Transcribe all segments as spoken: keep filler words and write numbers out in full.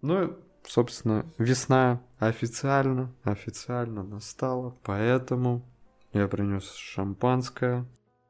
Ну, собственно, весна официально, официально настала, поэтому я принес шампанское.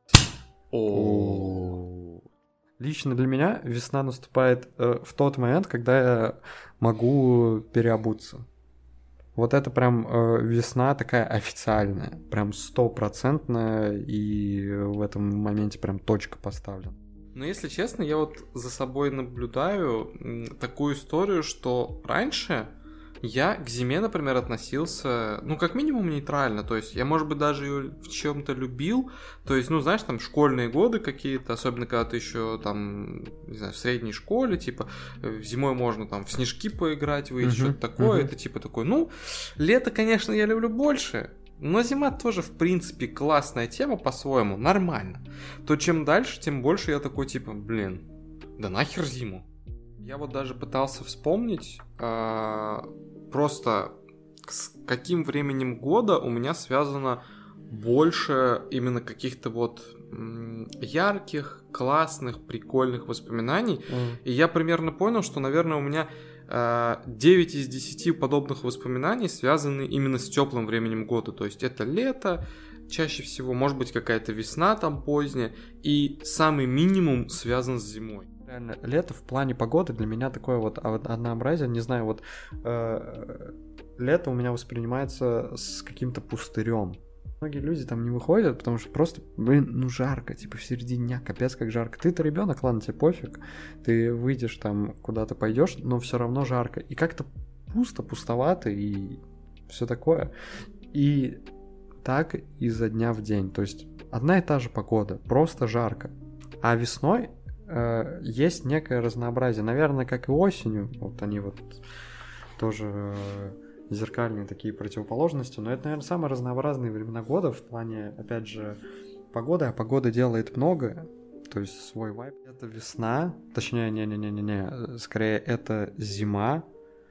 О. Лично для меня весна наступает э, в тот момент, когда я могу переобуться. Вот это прям э, весна такая официальная, прям стопроцентная, и в этом моменте прям точка поставлена. Но если честно, я вот за собой наблюдаю такую историю, что раньше я к зиме, например, относился, ну, как минимум нейтрально, то есть я, может быть, даже ее в чем-то любил, то есть, ну, знаешь, там, школьные годы какие-то, особенно когда ты еще там, не знаю, в средней школе, типа, зимой можно там в снежки поиграть, выйти, uh-huh, что-то такое, uh-huh. это типа такой, ну, лето, конечно, я люблю больше, но зима тоже, в принципе, классная тема по-своему, нормально. То чем дальше, тем больше я такой, типа, блин, да нахер зиму. Я вот даже пытался вспомнить э, просто с каким временем года у меня связано больше именно каких-то вот м- ярких, классных, прикольных воспоминаний. Mm. И я примерно понял, что, наверное, у меня девять из десяти подобных воспоминаний связаны именно с теплым временем года. То есть это лето, чаще всего, может быть, какая-то весна там поздняя, и самый минимум связан с зимой. Реально, лето в плане погоды для меня такое вот однообразие, не знаю, вот э, лето у меня воспринимается с каким-то пустырем. Многие люди там не выходят, потому что просто, блин, ну жарко, типа в середине дня, капец как жарко. Ты-то ребенок, ладно, тебе пофиг, ты выйдешь там, куда-то пойдешь, но все равно жарко. И как-то пусто, пустовато и все такое. И так изо дня в день. То есть одна и та же погода, просто жарко. А весной э, есть некое разнообразие. Наверное, как и осенью, вот они вот тоже... Э, зеркальные такие противоположности, но это, наверное, самые разнообразные времена года в плане, опять же, погоды, а погода делает многое, то есть свой вайб. Это весна, точнее, не-не-не-не, скорее это зима,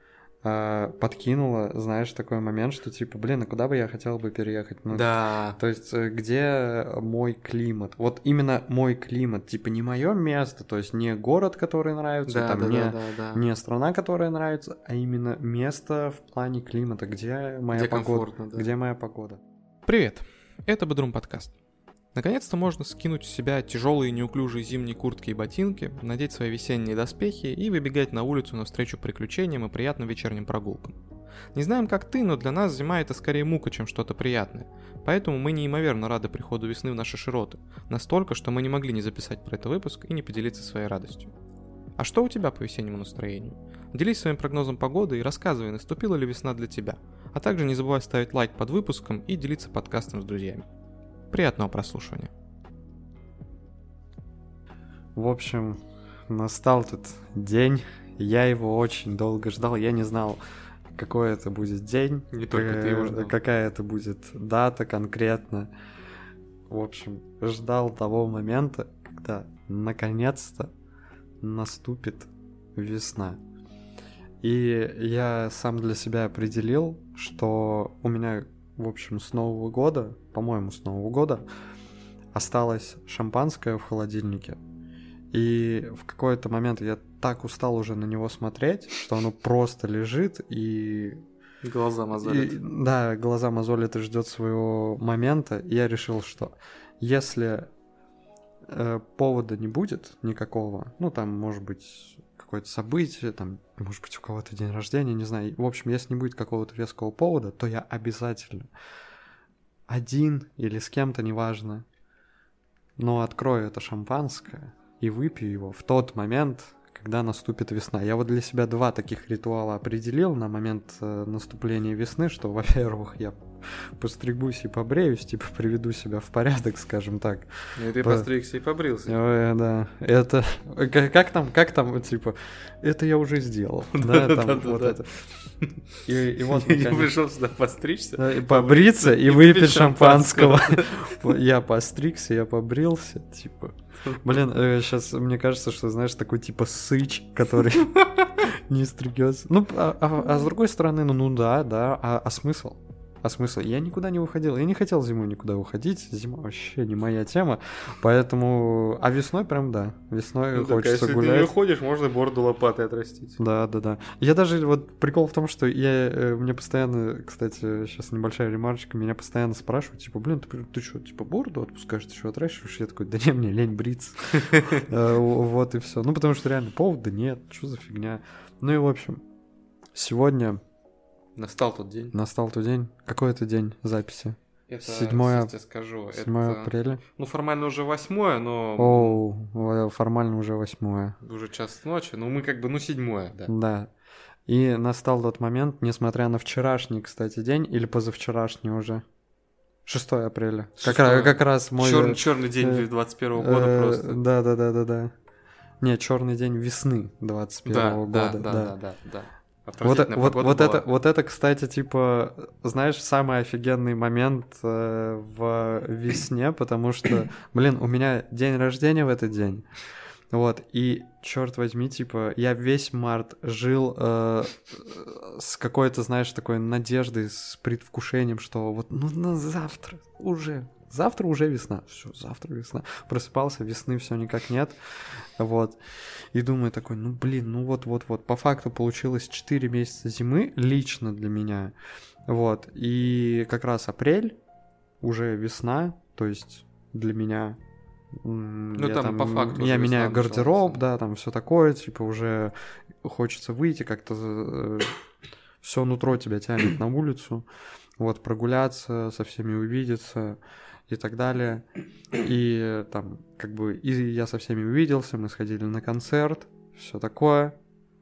э, подкинула, знаешь, такой момент, что типа, блин, а куда бы я хотел бы переехать? Ну, да. То есть где мой климат? Вот именно мой климат, типа не мое место, то есть не город, который нравится, да, там да, не, да, да, да. не страна, которая нравится, а именно место в плане климата, где моя где погода. Да. Где моя погода. Привет, это Бодрум подкаст. Наконец-то можно скинуть с себя тяжелые неуклюжие зимние куртки и ботинки, надеть свои весенние доспехи и выбегать на улицу навстречу приключениям и приятным вечерним прогулкам. Не знаем, как ты, но для нас зима — это скорее мука, чем что-то приятное. Поэтому мы неимоверно рады приходу весны в наши широты. Настолько, что мы не могли не записать про это выпуск и не поделиться своей радостью. А что у тебя по весеннему настроению? Делись своим прогнозом погоды и рассказывай, наступила ли весна для тебя. А также не забывай ставить лайк под выпуском и делиться подкастом с друзьями. Приятного прослушивания. В общем, настал этот день. Я его очень долго ждал. Я не знал, какой это будет день. Не только ты его ждал. Какая это будет дата конкретно. В общем, ждал того момента, когда наконец-то наступит весна. И я сам для себя определил, что у меня, в общем, с Нового года, по-моему, с Нового года осталось шампанское в холодильнике. И в какой-то момент я так устал уже на него смотреть, что оно просто лежит и... Глаза мозолит. И, да, глаза мозолит и ждет своего момента. И я решил, что если э, повода не будет никакого, ну, там, может быть, какое-то событие, там, может быть, у кого-то день рождения, не знаю. В общем, если не будет какого-то веского повода, то я обязательно один или с кем-то, неважно, но открою это шампанское и выпью его в тот момент, когда наступит весна. Я вот для себя два таких ритуала определил на момент э, наступления весны, что, во-первых, я постригусь и побреюсь, типа приведу себя в порядок, скажем так. И ты По... постригся и побрился. Ой, да, это... Как там, как там, типа, это я уже сделал. Да, там вот это. И вот... Я пришел сюда постричься. Побриться и выпить шампанского. Я постригся, я побрился, типа... Блин, сейчас мне кажется, что, знаешь, такой типа сыч, который не стригется. Ну, а, а, а с другой стороны, ну, ну да, да, а, а смысл? А смысл? Я никуда не выходил. Я не хотел зимой никуда уходить. Зима вообще не моя тема. Поэтому... А весной прям да. Весной Ну, хочется так, а гулять. если ты не выходишь, можно бороду лопатой отрастить. Да, да, да. Я даже... Вот прикол в том, что я... э, Мне постоянно... Кстати, сейчас небольшая ремарочка. Меня постоянно спрашивают, типа, блин, ты, ты что, типа, бороду отпускаешь? Ты что, отращиваешь? Я такой, да не, мне лень бриться. Э, Вот и все. Ну, потому что реально повода нет. Что за фигня? Ну и, в общем, сегодня... Настал тот день. Настал тот день. Какой это день записи? Это, Седьмое- сейчас я скажу. седьмое это... апреля. Ну, формально уже восьмое, но Оу, о, формально уже восьмое. уже час ночи. Ну, мы как бы, ну, седьмое, да. Да. И настал тот момент, несмотря на вчерашний, кстати, день, или позавчерашний уже. шестое апреля. Как, Шестое. раз, как раз мой... Черный, черный день э, двадцать первого года э, просто. Да, да, да, да, да. Не, черный день весны двадцать первого Да, года. да, да, да, да, да. Вот, Отвратительная вот, погода вот, была. это, вот это, кстати, типа, знаешь, самый офигенный момент э, в весне, потому что, блин, у меня день рождения в этот день. Вот, и, черт возьми, типа, я весь март жил э, с какой-то, знаешь, такой надеждой, с предвкушением, что вот, ну, на завтра уже, завтра уже весна, все, завтра весна. Просыпался, весны все никак нет, вот. И думаю такой, ну, блин, ну вот-вот-вот. По факту получилось четыре месяца зимы лично для меня, вот. И как раз апрель, уже весна, то есть для меня... Ну, я там по факту я уже меняю весна гардероб, началась. да, там все такое, типа уже хочется выйти, как-то все нутро тебя тянет на улицу, вот, прогуляться, со всеми увидеться и так далее. И там, как бы, и я со всеми увиделся, мы сходили на концерт, все такое.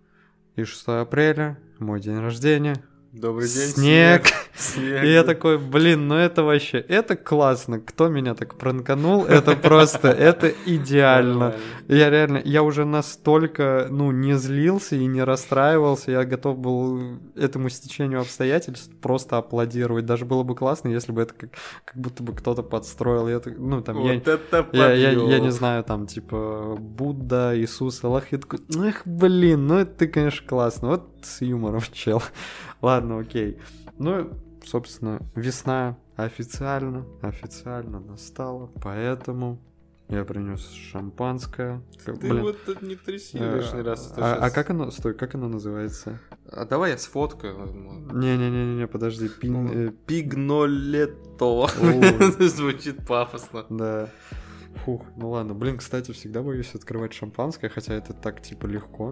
И шестое апреля, мой день рождения. Добрый день, Снег. Снег. И я такой, блин, ну это вообще, это классно. Кто меня так пранканул, это просто, это идеально. Нормально. Я реально, я уже настолько, ну, не злился и не расстраивался, я готов был этому стечению обстоятельств просто аплодировать. Даже было бы классно, если бы это как, как будто бы кто-то подстроил. Я, так- ну, там, я, Вот это я, я, я подъём. не знаю, там, типа, Будда, Иисус, Аллах, я такой, ну, эх, блин, ну, это ты, конечно, классно. Вот с юмором, чел. Ладно, окей. Ну, собственно, весна официально, официально настала, поэтому я принес шампанское. Ты Блин, вот тут не тряси э, лишний раз. это а, а щас. как оно, стой, как оно называется? А давай я сфоткаю. Не-не-не-не, подожди, пин... э, Пигнолето. О. Звучит пафосно. Да. Фух, ну ладно. Блин, кстати, всегда боюсь открывать шампанское, хотя это так, типа, легко.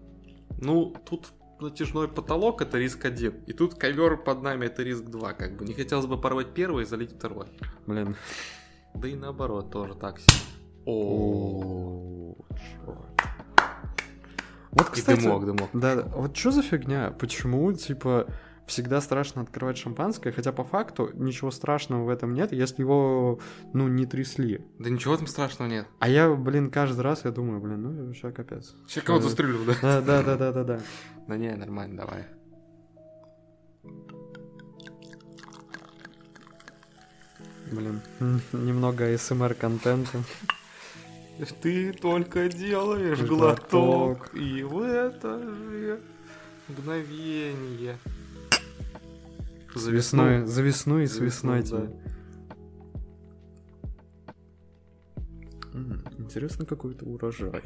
Ну, тут натяжной потолок — это риск один. И тут ковер под нами — это риск два. Как бы не хотелось бы порвать первый и залить второй. Блин. Да и наоборот, тоже так себе. О, Вот, И кстати... дымок, дымок. Да, да. Вот что за фигня? Почему, типа, всегда страшно открывать шампанское, хотя по факту ничего страшного в этом нет, если его, ну, не трясли. Да ничего там страшного нет. А я, блин, каждый раз я думаю, блин, ну, сейчас капец. Сейчас кого-то Э, застрелю, да? Да, да, да, да, да, да. Да не, нормально, давай. Блин, м, немного эй эс эм ар-контента. Ты только делаешь Глоток. глоток, и в это же мгновение. За весной, за весну и с За весну, весной да. тебе. М, Интересно, какой это урожай.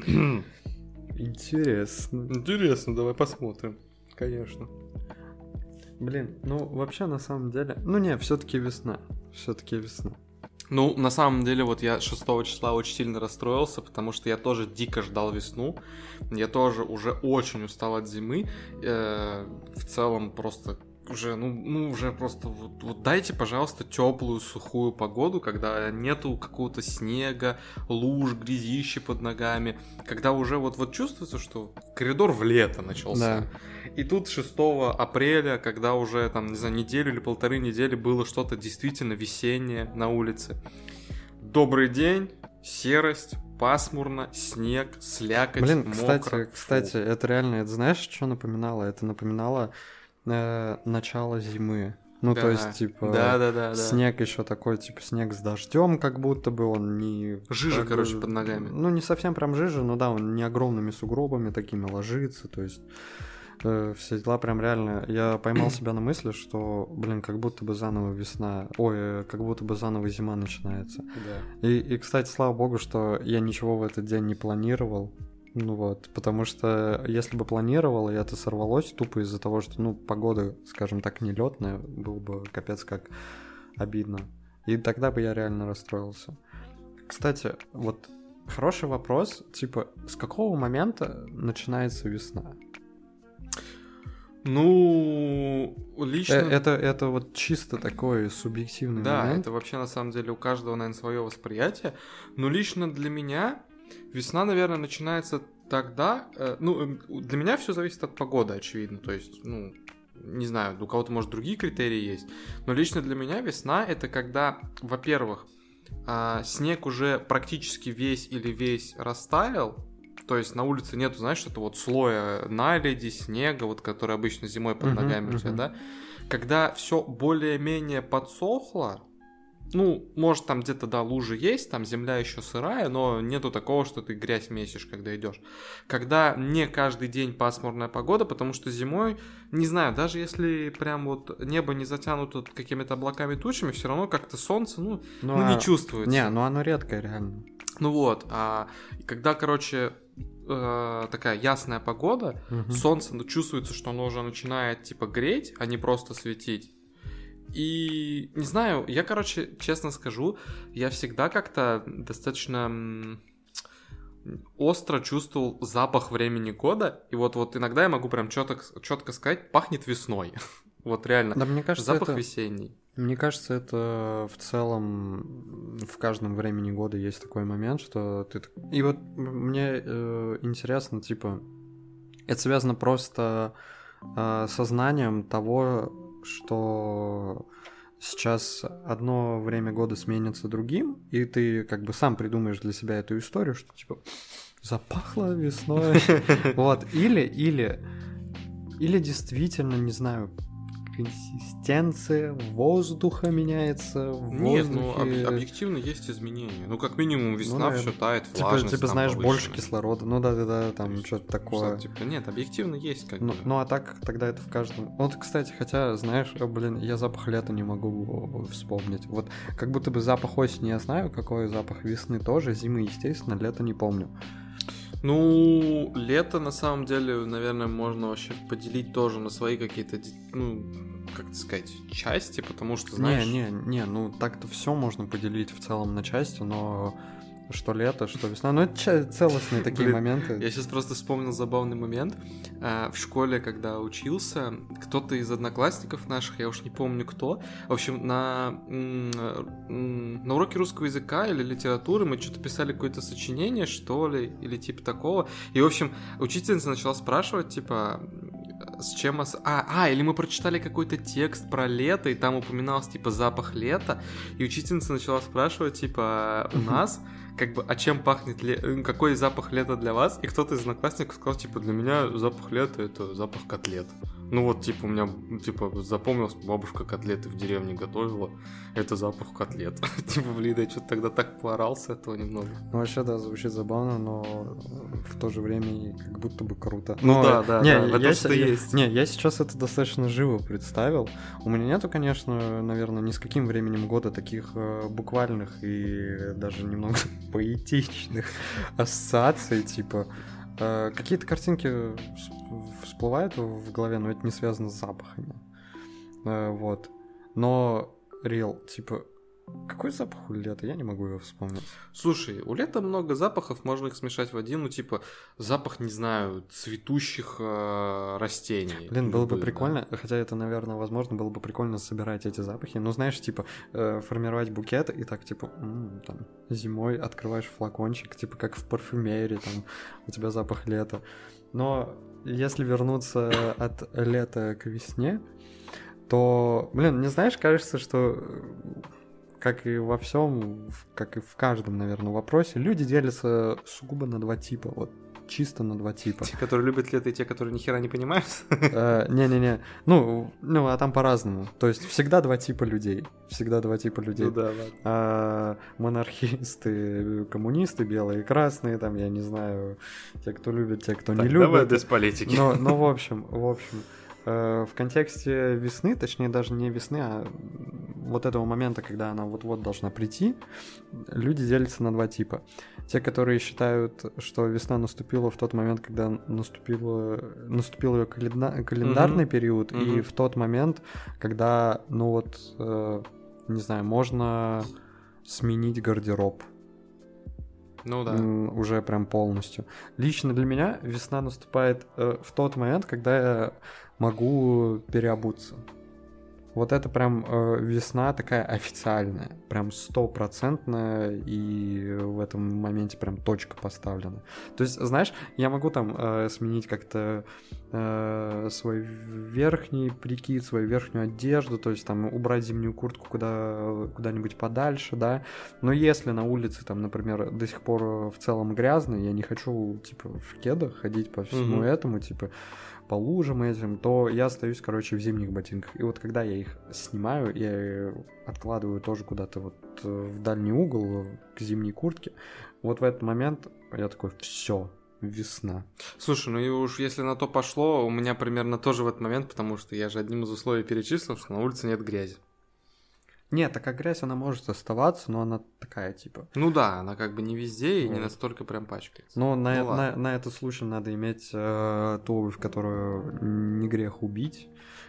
Интересно. Интересно, давай посмотрим. Конечно. Блин, ну вообще на самом деле, ну не, все-таки весна, все-таки весна. Ну, на самом деле, вот я шестого числа очень сильно расстроился, потому что я тоже дико ждал весну. Я тоже уже очень устал от зимы. Э, в целом просто уже, ну, ну уже просто вот, вот дайте, пожалуйста, теплую, сухую погоду, когда нету какого-то снега, луж, грязищи под ногами, когда уже вот, вот чувствуется, что коридор в лето начался. Да. И тут шестого апреля, когда уже там, не знаю, неделю или полторы недели было что-то действительно весеннее на улице. Добрый день, серость, пасмурно, снег, слякоть, Блин, мокро. кстати, Фу. кстати, это реально, это знаешь, что напоминало? Это напоминало э, начало зимы. Ну, Да. то есть, типа, Да, да, да, да. снег еще такой, типа, снег с дождем, как будто бы он не... Жижа, как бы, короче, под ногами. Ну, не совсем прям жижа, но да, он не огромными сугробами такими ложится, то есть... э, все дела прям реально. Я поймал себя на мысли, что, блин, как будто бы заново весна, ой, э, как будто бы заново зима начинается. Да. И, и, кстати, слава богу, что я ничего в этот день не планировал. Ну вот, потому что если бы планировал, и это сорвалось тупо из-за того, что, ну, погода, скажем так, нелетная, было бы капец как обидно. И тогда бы я реально расстроился. Кстати, вот хороший вопрос, типа, с какого момента начинается весна? Ну, лично... Э, это, это вот чисто такой субъективный да, момент. это вообще на самом деле у каждого, наверное, свое восприятие. Но лично для меня весна, наверное, начинается тогда... Э, ну, для меня все зависит от погоды, очевидно. То есть, ну, не знаю, у кого-то, может, другие критерии есть. Но лично для меня весна — это когда, во-первых, э, снег уже практически весь или весь растаял. То есть на улице нету, знаешь, что-то вот слоя наледи, снега, вот который обычно зимой под Uh-huh, ногами у тебя, uh-huh. да? Когда все более-менее подсохло, ну, может, там где-то, да, лужи есть, там земля еще сырая, но нету такого, что ты грязь месишь, когда идешь. Когда не каждый день пасмурная погода, потому что зимой, не знаю, даже если прям вот небо не затянуто какими-то облаками, тучами, все равно как-то солнце, ну, Ну, ну а- не чувствуется. Не, ну оно редкое, реально. Ну вот, а когда, короче, э, такая ясная погода, Мгм. солнце, ну, чувствуется, что оно уже начинает, типа, греть, а не просто светить. И, не знаю, я, короче, честно скажу, я всегда как-то достаточно м, остро чувствовал запах времени года, и вот, вот иногда я могу прям четко, четко сказать, пахнет весной. Вот реально, Да, мне кажется, запах это... весенний. Мне кажется, это в целом в каждом времени года есть такой момент, что ты... так- И вот мне э, интересно, типа, это связано просто э, со знанием того, что сейчас одно время года сменится другим, и ты как бы сам придумаешь для себя эту историю, что типа запахло весной. Вот, или, или, или действительно, не знаю, консистенция воздуха меняется, в Нет, ну об- воздухе. объективно есть изменения. Ну, как минимум, весна, наверное. все тает, Типа, влажность типа там знаешь, больше повышенная. кислорода. Ну да-да-да, там То есть, что-то такое. Типа, нет, объективно есть как Ну, бы. ну а так тогда это в каждом. Вот, кстати, хотя, знаешь, э, блин, я запах лета не могу вспомнить. Вот как будто бы запах осени я знаю, какой запах весны тоже, зимы, естественно, лето не помню. Ну, лето, на самом деле, наверное, можно вообще поделить тоже на свои какие-то, ди- ну, как это сказать, части, потому что, знаешь... Не, не, не, ну так-то все можно поделить в целом на части, но что лето, что весна, ну это ча- целостные такие Блин, моменты. Я сейчас просто вспомнил забавный момент. А, В школе, когда учился, кто-то из одноклассников наших, я уж не помню кто, в общем, на, м, м, на уроке русского языка или литературы мы что-то писали какое-то сочинение, что ли, или типа такого. И, в общем, учительница начала спрашивать, типа, с чем... ос- А, а, или мы прочитали какой-то текст про лето, и там упоминалось, типа, запах лета, и учительница начала спрашивать, типа, у нас... как бы, а чем пахнет лето, какой запах лета для вас? И кто-то из одноклассников сказал, типа, для меня запах лета — это запах котлет. Ну вот, типа, у меня, типа, запомнилось, бабушка котлеты в деревне готовила, это запах котлет. Типа, блин, я что-то тогда так поорал с этого немного. Ну вообще, да, звучит забавно, но в то же время и как будто бы круто. Ну Но, да, да, не, да, в этом я, что-то я- есть. Не, я сейчас это достаточно живо представил. У меня нету, конечно, наверное, ни с каким временем года таких э, буквальных и даже немного поэтичных ассоциаций, типа э, какие-то картинки вс- всплывают в голове, но это не связано с запахами. Э, вот. Но, реал, типа, какой запах у лета? Я не могу его вспомнить. Слушай, у лета много запахов, можно их смешать в один, ну, типа, запах, не знаю, цветущих э, растений. Блин, было бы любых, да. прикольно, хотя это, наверное, возможно, было бы прикольно собирать эти запахи. Ну, знаешь, типа, э, формировать букет и так, типа, м, там, зимой открываешь флакончик, типа, как в парфюмерии, там, у тебя запах лета. Но если вернуться от лета к весне, то, блин, не знаешь, кажется, что, э, как и во всем, как и в каждом, наверное, вопросе, люди делятся сугубо на два типа. Вот чисто на два типа. Те, которые любят лето, и те, которые ни хера не понимают? Э, Не-не-не, ну, ну, а там по-разному. То есть всегда два типа людей. Всегда два типа людей. Ну да, ладно. А, монархисты, коммунисты, белые и красные, там, я не знаю, те, кто любит, те, кто не Так, любит. давай без политики. Но, но в общем, в общем, э, в контексте весны, точнее даже не весны, а вот этого момента, когда она вот-вот должна прийти, люди делятся на два типа. Те, которые считают, что весна наступила в тот момент, когда наступила, наступил ее календа- календарный Мгм. период, и Мгм. в тот момент, когда, ну вот, э, не знаю, можно сменить гардероб. Ну да. М, уже прям полностью. Лично для меня весна наступает э, в тот момент, когда я могу переобуться. Вот это прям э, весна такая официальная, прям стопроцентная, и в этом моменте прям точка поставлена. То есть, знаешь, я могу там э, сменить как-то э, свой верхний прикид, свою верхнюю одежду, то есть там убрать зимнюю куртку куда, куда-нибудь подальше, да. Но если на улице там, например, до сих пор в целом грязно, я не хочу, типа, в кедах ходить по всему Мгм. этому, типа, по лужам этим, то я остаюсь, короче, в зимних ботинках. И вот когда я их снимаю, я откладываю тоже куда-то вот э, в дальний угол к зимней куртке, вот в этот момент я такой, все, весна. Слушай, ну и уж если на то пошло, у меня примерно тоже в этот момент, потому что я же одним из условий перечислил, что на улице нет грязи. Нет, такая грязь, она может оставаться, но она такая, типа. Ну да, она как бы не везде и не Вот. настолько прям пачкается. Но на, Ну ладно. на, на этот случай надо иметь э, ту обувь, которую не грех убить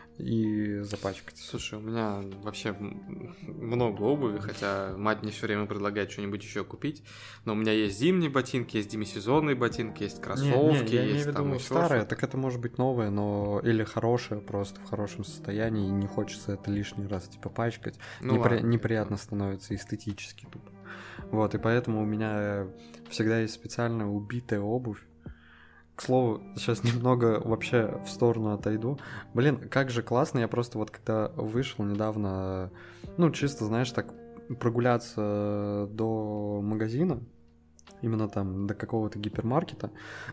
и запачкать. Слушай, у меня вообще м- много обуви, хотя мать мне все время предлагает что-нибудь еще купить. Но у меня есть зимние ботинки, есть демисезонные ботинки, есть Не, кроссовки, не, я есть имею в там виду еще старое, что-то. так это может быть новое, но или хорошее, просто в хорошем состоянии, и не хочется это лишний раз типа пачкать. Ну Непри- ладно, неприятно становится эстетически тупо. Вот, и поэтому у меня всегда есть специальная убитая обувь. К слову, сейчас немного вообще в сторону отойду. Блин, как же классно, я просто вот когда вышел недавно, ну, чисто, знаешь, так прогуляться до магазина, именно там, до какого-то гипермаркета.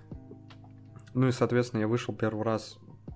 Ну и, соответственно, я вышел первый раз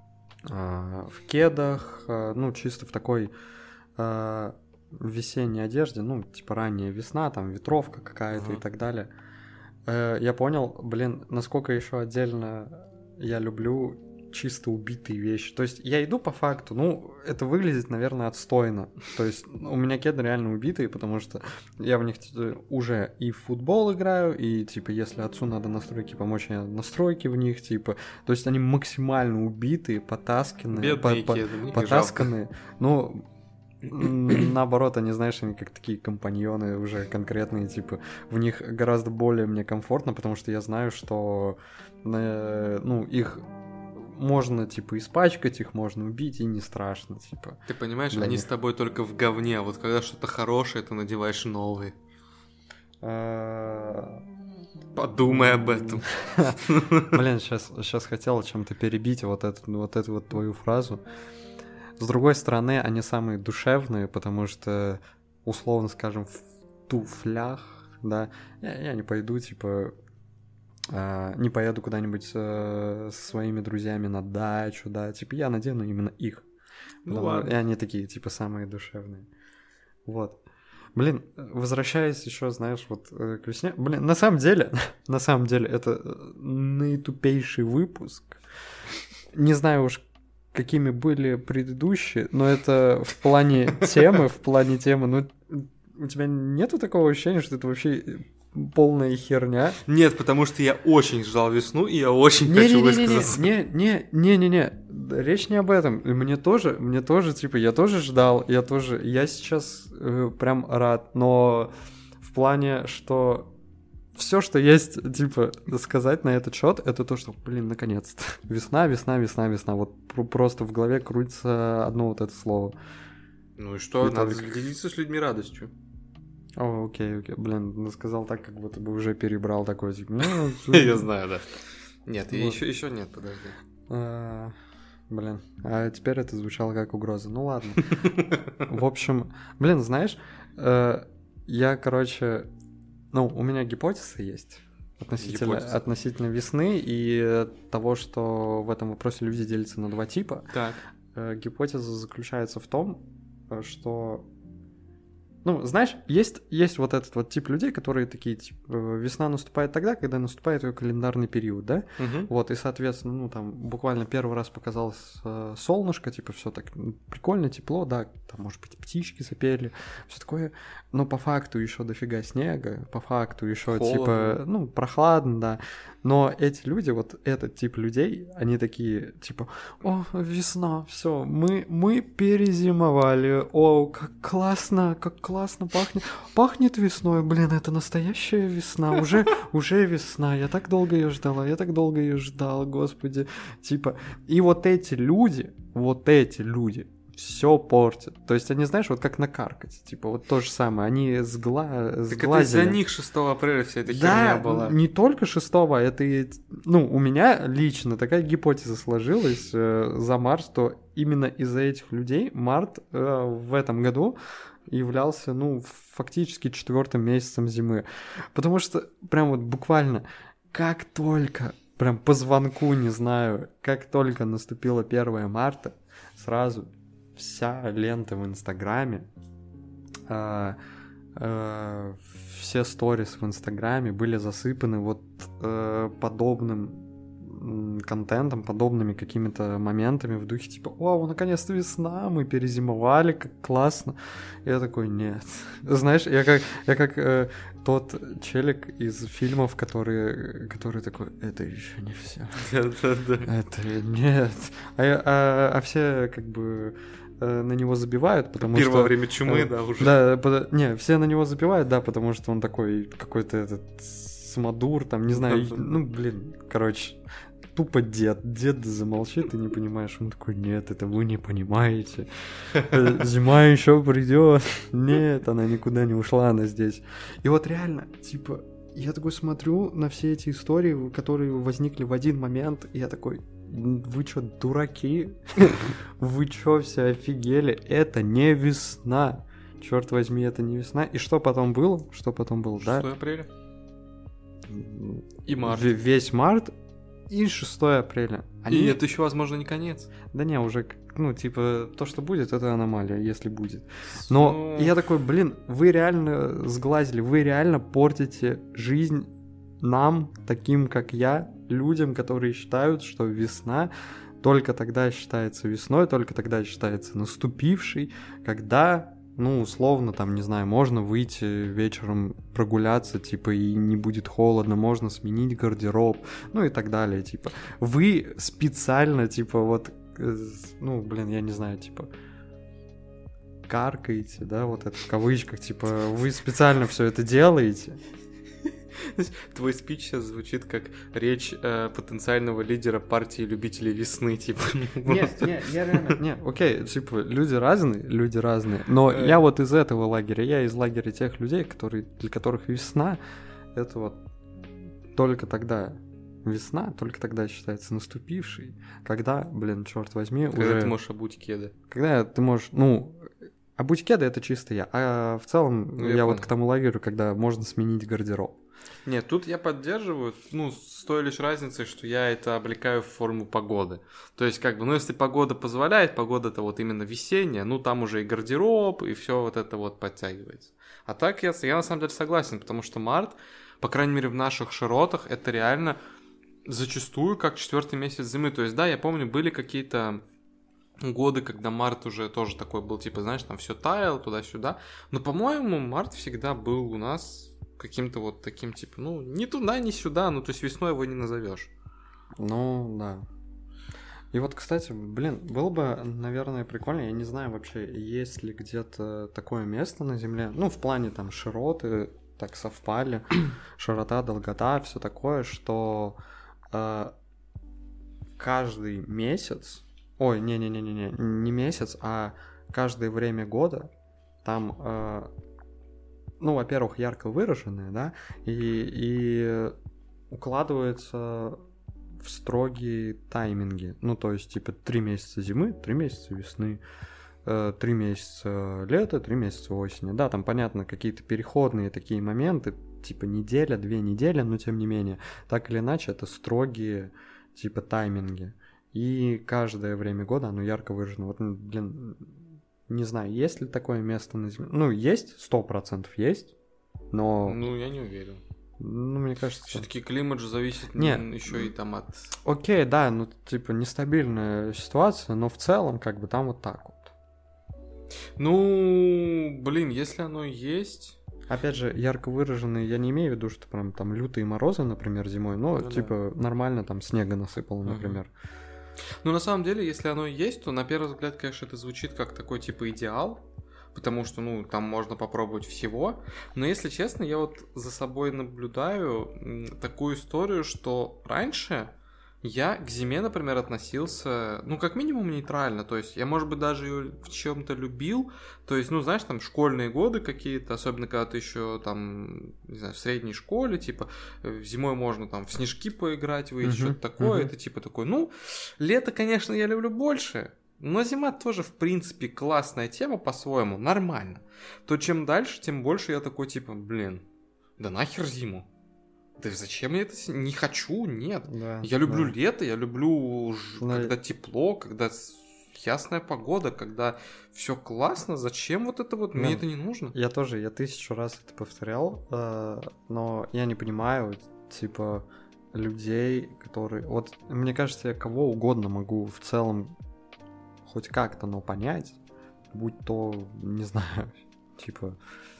а, в кедах, а, ну, чисто в такой а, весенней одежде, ну, типа ранняя весна, там, ветровка какая-то Ага. и так далее. Э, я понял, блин, насколько еще отдельно я люблю чисто убитые вещи. То есть я иду по факту, ну, это выглядит, наверное, отстойно. То есть у меня кеды реально убитые, потому что я в них э, уже и в футбол играю, и, типа, если отцу надо настройки помочь, я настройки в них, типа. То есть они максимально убитые, потасканные. Бедные по- по- кеды, мне их потасканные. Ну, м, наоборот, они, знаешь, они как такие компаньоны уже конкретные, типа, в них гораздо более мне комфортно, потому что я знаю, что, э, ну, их можно, типа, испачкать, их можно убить, и не страшно, типа. Ты понимаешь, Для они них. с тобой только в говне, а вот когда что-то хорошее, ты надеваешь новые. А, Подумай об этом. Блин, сейчас, сейчас хотел чем-то перебить вот эту, вот эту вот твою фразу. С другой стороны, они самые душевные, потому что, условно скажем, в туфлях, да, я, я не пойду, типа, а, не поеду куда-нибудь э, со своими друзьями на дачу, да, типа, я надену именно их. Ну Потому- ладно. И они такие, типа, самые душевные. Вот. Блин, возвращаясь еще, знаешь, вот э, к весне. Блин, на самом деле, на самом деле, это э, наитупейший выпуск. Не знаю уж, какими были предыдущие, но это в плане темы, в плане темы, ну, у тебя нету такого ощущения, что это вообще полная херня? Нет, потому что я очень ждал весну, и я очень хочу высказаться. Не-не-не-не-не-не-не, речь не об этом. Мне тоже, мне тоже, типа, я тоже ждал, я тоже, я сейчас э, прям рад, но в плане, что все, что есть, типа, сказать на этот счет, это то, что, блин, наконец-то. Весна, весна, весна, весна. Вот пр- просто в голове крутится одно вот это слово. Ну и что, И надо только- делиться с людьми радостью. О, окей, окей. Блин, ну, сказал так, как будто бы уже перебрал такой, типа, ну... Я знаю, да. Нет, Вот. еще, еще нет, подожди. А, Блин, а теперь это звучало как угроза. Ну ладно. В общем, блин, знаешь, э, я, короче, ну, у меня гипотеза есть. Относительно, Гипотеза. относительно весны и того, что в этом вопросе люди делятся на два типа. Так. Э, Гипотеза заключается в том, э, что... Ну, знаешь, есть, есть вот этот вот тип людей, которые такие, типа, э, весна наступает тогда, когда наступает ее календарный период, да? Мгм. Вот, и, соответственно, ну, там, буквально первый раз показалось э, солнышко, типа, все так прикольно, тепло, да, там, может быть, птички запели, все такое, но по факту еще дофига снега, по факту еще, Холодно. типа, ну, прохладно, да, но эти люди, вот этот тип людей, они такие, типа, о, весна, все, мы, мы перезимовали, о, как классно, как классно пахнет, пахнет весной, блин, это настоящая весна, уже, уже весна, я так долго ее ждала, я так долго ее ждала, господи, типа, и вот эти люди, вот эти люди все портят, то есть они, знаешь, вот как накаркать, типа, вот то же самое, они сгла... Так это сглазили. из-за них шестого апреля вся эта Да, херня была. не только шестого, это и, ну, у меня лично такая гипотеза сложилась э, за март, что именно из-за этих людей март э, в этом году являлся, ну, фактически четвертым месяцем зимы. Потому что прям вот буквально как только, прям по звонку, не знаю, как только наступило первое марта, сразу вся лента в Инстаграме, э, э, все сторис в Инстаграме были засыпаны вот э, подобным м, контентом, подобными какими-то моментами в духе типа «Вау, наконец-то весна, мы перезимовали, как классно». Я такой «Нет». Знаешь, я как, я как э, тот челик из фильмов, который, который такой «Это еще не все». Да-да-да. Это нет. А, я- а- а все как бы э, на него забивают, потому Пир во что... время чумы, э, да, уже. Да, под- не, все на него забивают, да, потому что он такой какой-то этот самодур, там, не знаю, Да-да-да. ну, блин, короче, тупо дед. Дед замолчи, ты не понимаешь. Он такой, нет, это вы не понимаете. Э, Зима еще придет. Нет, она никуда не ушла, она здесь. И вот реально, типа, я такой смотрю на все эти истории, которые возникли в один момент, и я такой, вы чё, дураки? Вы чё, все офигели? Это не весна. Черт возьми, это не весна. И что потом было? Что потом было, да? шестого апреля. И март. В- Весь март и шестого апреля. Они... И это еще, возможно, не конец. Да не, уже, к- ну, типа, то, что будет, это аномалия, если будет. Но Ну, я такой, блин, вы реально сглазили, вы реально портите жизнь нам, таким как я, людям, которые считают, что весна только тогда считается весной, только тогда считается наступившей, когда, ну, условно, там, не знаю, можно выйти вечером прогуляться, типа, и не будет холодно, можно сменить гардероб, ну и так далее, типа. Вы специально, типа, вот, э, ну, блин, я не знаю, типа, каркаете, да, вот это в кавычках, типа, вы специально все это делаете. Твой спич сейчас звучит как речь э, потенциального лидера партии любителей весны, типа. Нет, нет, я реально... Не, окей, типа, люди разные, люди разные, но Э. я вот из этого лагеря, я из лагеря тех людей, которые, для которых весна, это вот только тогда весна, только тогда считается наступившей, когда, блин, черт возьми, Когда уже... ты можешь обуть кеды. Когда ты можешь, ну, обуть кеды это чисто я, а в целом Ну, я, я вот понял. к тому лагерю, когда можно сменить гардероб. Нет, тут я поддерживаю, ну, с той лишь разницей, что я это облекаю в форму погоды. То есть, как бы, ну, если погода позволяет, погода-то вот именно весенняя, ну, там уже и гардероб, и все вот это вот подтягивается. А так я, я на самом деле согласен, потому что март, по крайней мере, в наших широтах, это реально зачастую как четвертый месяц зимы. То есть, да, я помню, были какие-то годы, когда март уже тоже такой был, типа, знаешь, там все таяло туда-сюда. Но, по-моему, март всегда был у нас каким-то вот таким, типа, ну, ни туда, ни сюда, ну, то есть весной его не назовешь. Ну, да. И вот, кстати, блин, было бы, наверное, прикольно, я не знаю вообще, есть ли где-то такое место на Земле, ну, в плане там широты, так совпали, широта, долгота, все такое, что э, каждый месяц, ой, не-не-не-не, не месяц, а каждое время года там, э, ну, во-первых, ярко выраженное, да, и, и укладывается в строгие тайминги, ну, то есть, типа, три месяца зимы, три месяца весны, э, три месяца лета, три месяца осени, да, там, понятно, какие-то переходные такие моменты, типа неделя, две недели, но тем не менее, так или иначе, это строгие, типа, тайминги. И каждое время года оно ярко выражено. Вот, блин, не знаю, есть ли такое место на Земле? Ну, есть, сто процентов есть, но... Ну, я не уверен. Ну, мне кажется... Все-таки климат же зависит Нет. еще и там от... Окей, да, ну, типа, нестабильная ситуация, но в целом, как бы, там вот так вот. Ну, блин, если оно есть... Опять же, ярко выраженные, я не имею в виду, что прям там лютые морозы, например, зимой, но, Ну, типа, да. нормально там снега насыпало, например. Ну, на самом деле, если оно есть, то, на первый взгляд, конечно, это звучит как такой, типа, идеал, потому что, ну, там можно попробовать всего. Но, если честно, я вот за собой наблюдаю такую историю, что раньше я к зиме, например, относился, ну, как минимум, нейтрально. То есть я, может быть, даже ее в чем-то любил. То есть, ну, знаешь, там школьные годы какие-то, особенно когда ты еще там, не знаю, в средней школе, типа, зимой можно там в снежки поиграть, выйти, uh-huh, что-то такое. Uh-huh. Это типа такой, ну, лето, конечно, я люблю больше. Но зима тоже, в принципе, классная тема по-своему, нормально. То чем дальше, тем больше я такой, типа, блин, да нахер зиму. Да зачем я это? Не хочу, нет. Да, я люблю да. лето, я люблю, Да. когда тепло, когда ясная погода, когда все классно. Зачем вот это вот? Да. Мне это не нужно. Я тоже, я тысячу раз это повторял, но я не понимаю, типа, людей, которые... Вот, мне кажется, я кого угодно могу в целом хоть как-то, но понять, будь то, не знаю, типа...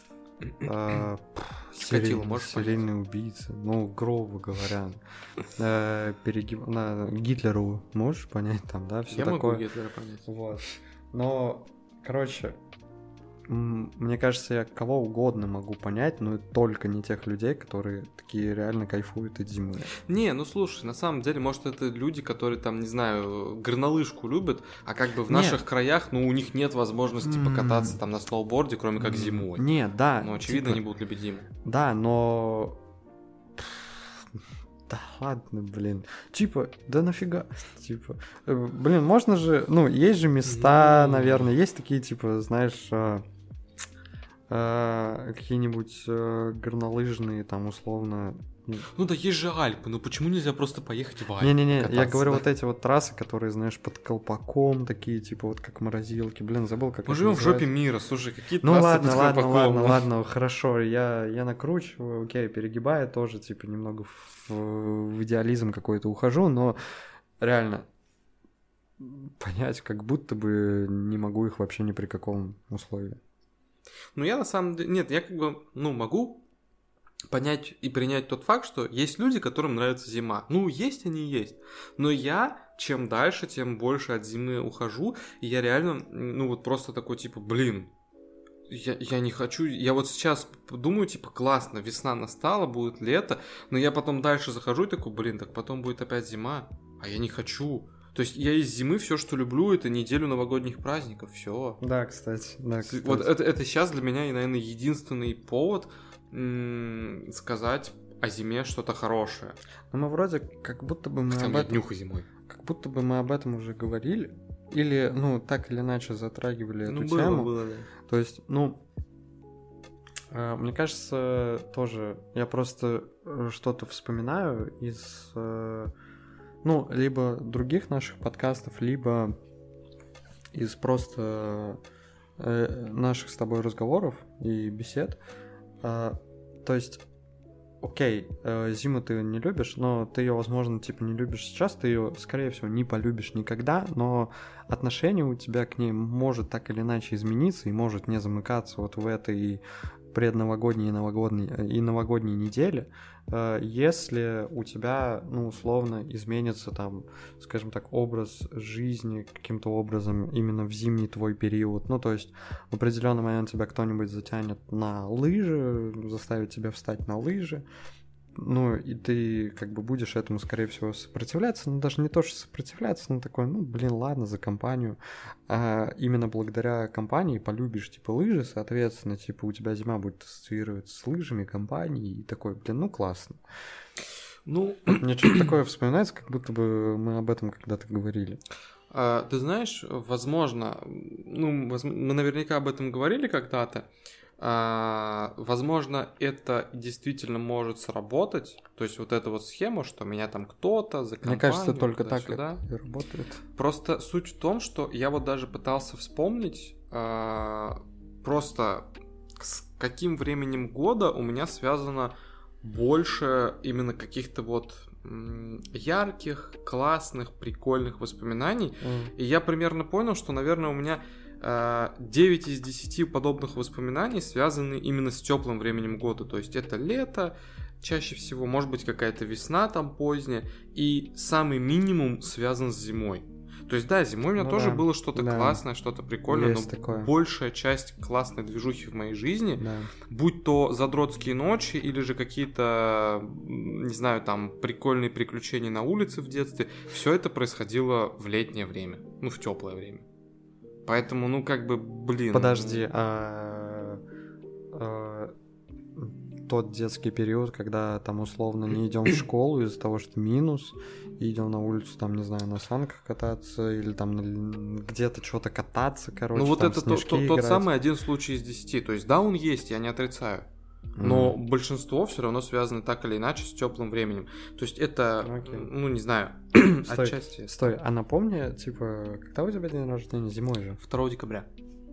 Э, серий, серийный убийца, ну, грубо говоря, э, перегиб... на Гитлеру можешь понять там, да, все Я такое. могу Гитлера понять. Вот. Но, короче, м- мне кажется, я кого угодно могу понять, но только не тех людей, которые такие реально кайфуют от зимы. Не, ну слушай, на самом деле, может, это люди, которые там, не знаю, горнолыжку любят, а как бы в наших Нет. краях, ну, у них нет возможности М. покататься там на сноуборде, кроме как зимой. Нет, да. Ну, очевидно, типа, они будут любить зиму. Да, но... Да ладно, блин. Типа, да нафига? Типа, э, блин, можно же... Ну, есть же места, Ну. наверное, есть такие, типа, знаешь... э, э, какие-нибудь э, горнолыжные, там, условно... Ну да, есть же Альпы, ну почему нельзя просто поехать в Альпы? Не-не-не, я покататься, говорю да? вот эти вот трассы, которые, знаешь, под колпаком такие, типа, вот как морозилки. Блин, забыл, как Мы это живем в жопе называется. мира, слушай, какие Ну трассы ладно, под ладно, колпаком? ладно, ладно, хорошо, я, я накручиваю, окей, перегибаю тоже, типа, немного в, в идеализм какой-то ухожу, но реально понять, как будто бы не могу их вообще ни при каком условии. Ну я на самом деле, нет, я как бы, ну могу понять и принять тот факт, что есть люди, которым нравится зима. Ну, есть они есть. Но я, чем дальше, тем больше от зимы ухожу. И я реально, ну вот просто такой, типа, блин, я, я не хочу... Я вот сейчас думаю, типа, классно, весна настала, будет лето. Но я потом дальше захожу и такой, блин, так потом будет опять зима. А я не хочу. То есть я из зимы все, что люблю, это неделю новогодних праздников. Все. Да, кстати, да, кстати. Вот это, это сейчас для меня, наверное, единственный повод сказать о зиме что-то хорошее. Но мы вроде как будто бы мы Хотя об у меня этом... днюха зимой. Как будто бы мы об этом уже говорили. Или, ну, так или иначе затрагивали Ну, эту было, тему. было, да. То есть, ну, э, мне кажется, тоже я просто э, что-то вспоминаю из, э, ну, либо других наших подкастов, либо из просто э, наших с тобой разговоров и бесед. Э, то есть, окей, э, зиму ты не любишь, но ты ее, возможно, типа не любишь сейчас, ты ее, скорее всего, не полюбишь никогда, но отношение у тебя к ней может так или иначе измениться и может не замыкаться вот в этой предновогодней и новогодней, и новогодней неделе, э, если у тебя, ну, условно, изменится там, скажем так, образ жизни каким-то образом именно в зимний твой период. Ну, то есть в определенный момент тебя кто-нибудь затянет на лыжи, заставит тебя встать на лыжи, ну, и ты как бы будешь этому, скорее всего, сопротивляться, но даже не то, что сопротивляться, но такой, ну, блин, ладно, за компанию. А именно благодаря компании полюбишь, типа, лыжи, соответственно, типа, у тебя зима будет ассоциироваться с лыжами, компанией, и такой, блин, ну, классно. Ну, мне что-то такое вспоминается, как будто бы мы об этом когда-то говорили. А, ты знаешь, возможно, ну, воз... мы наверняка об этом говорили когда-то, А, возможно, это действительно может сработать. То есть вот эта вот схема, что меня там кто-то за компанию... Мне кажется, только так сюда. это и работает. Просто суть в том, что я вот даже пытался вспомнить а, просто с каким временем года у меня связано больше именно каких-то вот м, ярких, классных, прикольных воспоминаний. Mm. И я примерно понял, что, наверное, у меня девять из десяти подобных воспоминаний связаны именно с теплым временем года. То есть это лето, чаще всего, может быть, какая-то весна там поздняя, и самый минимум связан с зимой. То есть, да, зимой у меня ну тоже да, было что-то да. классное, что-то прикольное, Есть но такое. большая часть классной движухи в моей жизни, Да. будь то задротские ночи или же какие-то, не знаю, там, прикольные приключения на улице в детстве, все это происходило в летнее время, ну, в теплое время. Поэтому, ну, как бы, блин... Подожди, а, а тот детский период, когда там условно не идем в школу из-за того, что минус, и идем на улицу, там, не знаю, на санках кататься, или там где-то что-то кататься, короче, ну, вот там это то, снежки то, тот играть. самый один случай из десяти. То есть, да, он есть, я не отрицаю. Но mm. большинство все равно связано так или иначе с теплым временем. То есть это, okay. ну, не знаю, стой, отчасти. Стой, а напомни, типа, когда у тебя день рождения? Зимой же? второго декабря.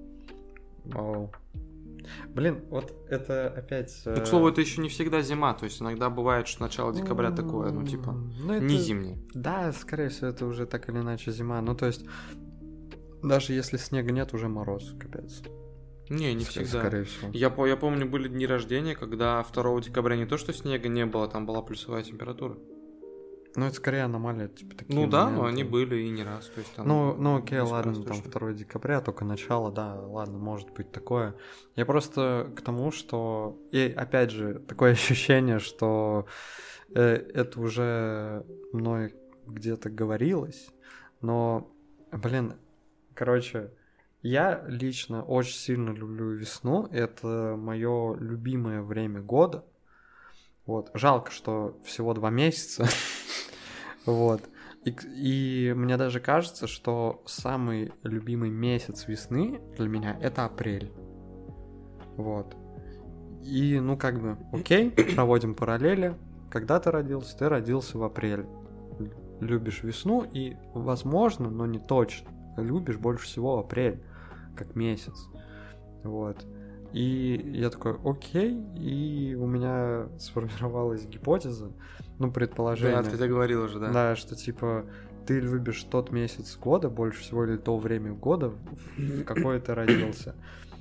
Оу. Блин, вот это опять... Ну, к слову, это еще не всегда зима. То есть иногда бывает, что начало декабря такое, ну, типа, ну, это... не зимнее. Да, скорее всего, это уже так или иначе зима. Ну, то есть, даже если снега нет, уже мороз, капец. Не, не всегда. Скорее всего. Я, я помню, были дни рождения, когда второго декабря не то, что снега не было, там была плюсовая температура. Ну, это скорее аномалия, типа такие Ну да, моменты. но они были и не раз. То есть, там ну, ну окей, ладно, раз там точно. второго декабря, только начало, да, ладно, может быть такое. Я просто к тому, что... И опять же, такое ощущение, что э, это уже мной где-то говорилось, но, блин, короче... Я лично очень сильно люблю весну, это мое любимое время года. Вот. Жалко, что всего два месяца. Вот. И, и мне даже кажется, что самый любимый месяц весны для меня это апрель. Вот. И, ну, как бы, окей, проводим параллели. Когда ты родился? Ты родился в апреле. Любишь весну и, возможно, но не точно, любишь больше всего апрель. Как месяц. Вот. И я такой, окей, и у меня сформировалась гипотеза, ну, предположение. Да, ты договорил уже, да. Да, что типа ты любишь тот месяц года больше всего или то время года, в какое ты родился.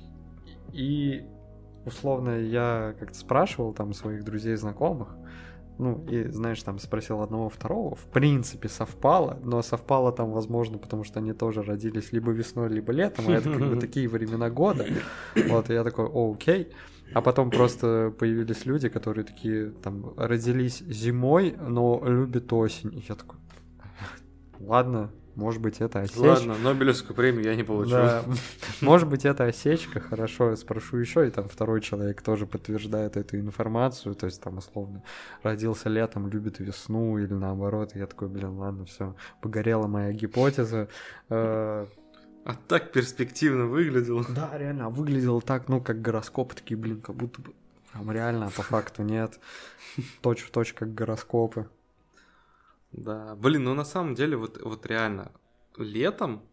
И условно я как-то спрашивал там своих друзей, знакомых, ну, и, знаешь, там спросил одного, второго, в принципе, совпало, но совпало там, возможно, потому что они тоже родились либо весной, либо летом, а это как бы такие времена года. Вот, и я такой, о, окей. А потом просто появились люди, которые такие, там, родились зимой, но любят осень. И я такой, ладно, может быть, это осечка. Ладно, Нобелевскую премию я не получу. Да. Может быть, это осечка, хорошо, я спрошу еще, и там второй человек тоже подтверждает эту информацию, то есть там условно родился летом, любит весну или наоборот, и я такой, блин, ладно, все, погорела моя гипотеза. А так перспективно выглядело. Да, реально, выглядело так, ну, как гороскопы такие, блин, как будто бы прям реально, а по факту нет. Точь в точь, как гороскопы. Да, блин, ну на самом деле вот, вот реально летом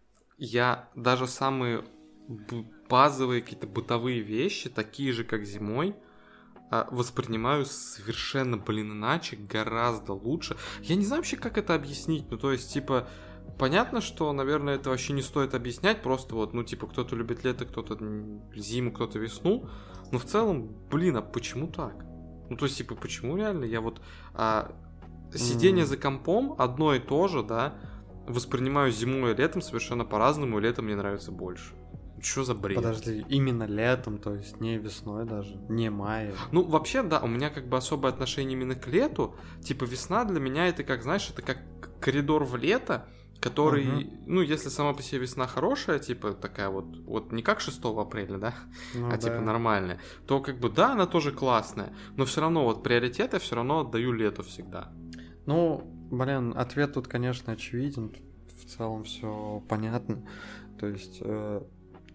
я даже самые базовые какие-то бытовые вещи, такие же как зимой, воспринимаю совершенно, блин, иначе, гораздо лучше. Я не знаю вообще, как это объяснить, ну то есть типа понятно, что, наверное, это вообще не стоит объяснять, просто вот, ну типа кто-то любит лето, кто-то зиму, кто-то весну, но в целом, блин, а почему так? Ну то есть типа почему реально я вот... А, сидение mm. за компом одно и то же, да, воспринимаю зимой и летом совершенно по-разному, и летом мне нравится больше. Что за бред? Подожди, именно летом, то есть не весной даже, не мае. Ну, вообще, да, у меня как бы особое отношение именно к лету. Типа весна для меня это как, знаешь, это как коридор в лето, который, uh-huh. ну, если сама по себе весна хорошая, типа такая вот, вот не как шестого апреля, да, ну, а да. типа нормальная, то как бы да, она тоже классная, но все равно вот приоритет я все равно отдаю лету всегда. Ну, блин, ответ тут, конечно, очевиден, в целом все понятно. То есть, э,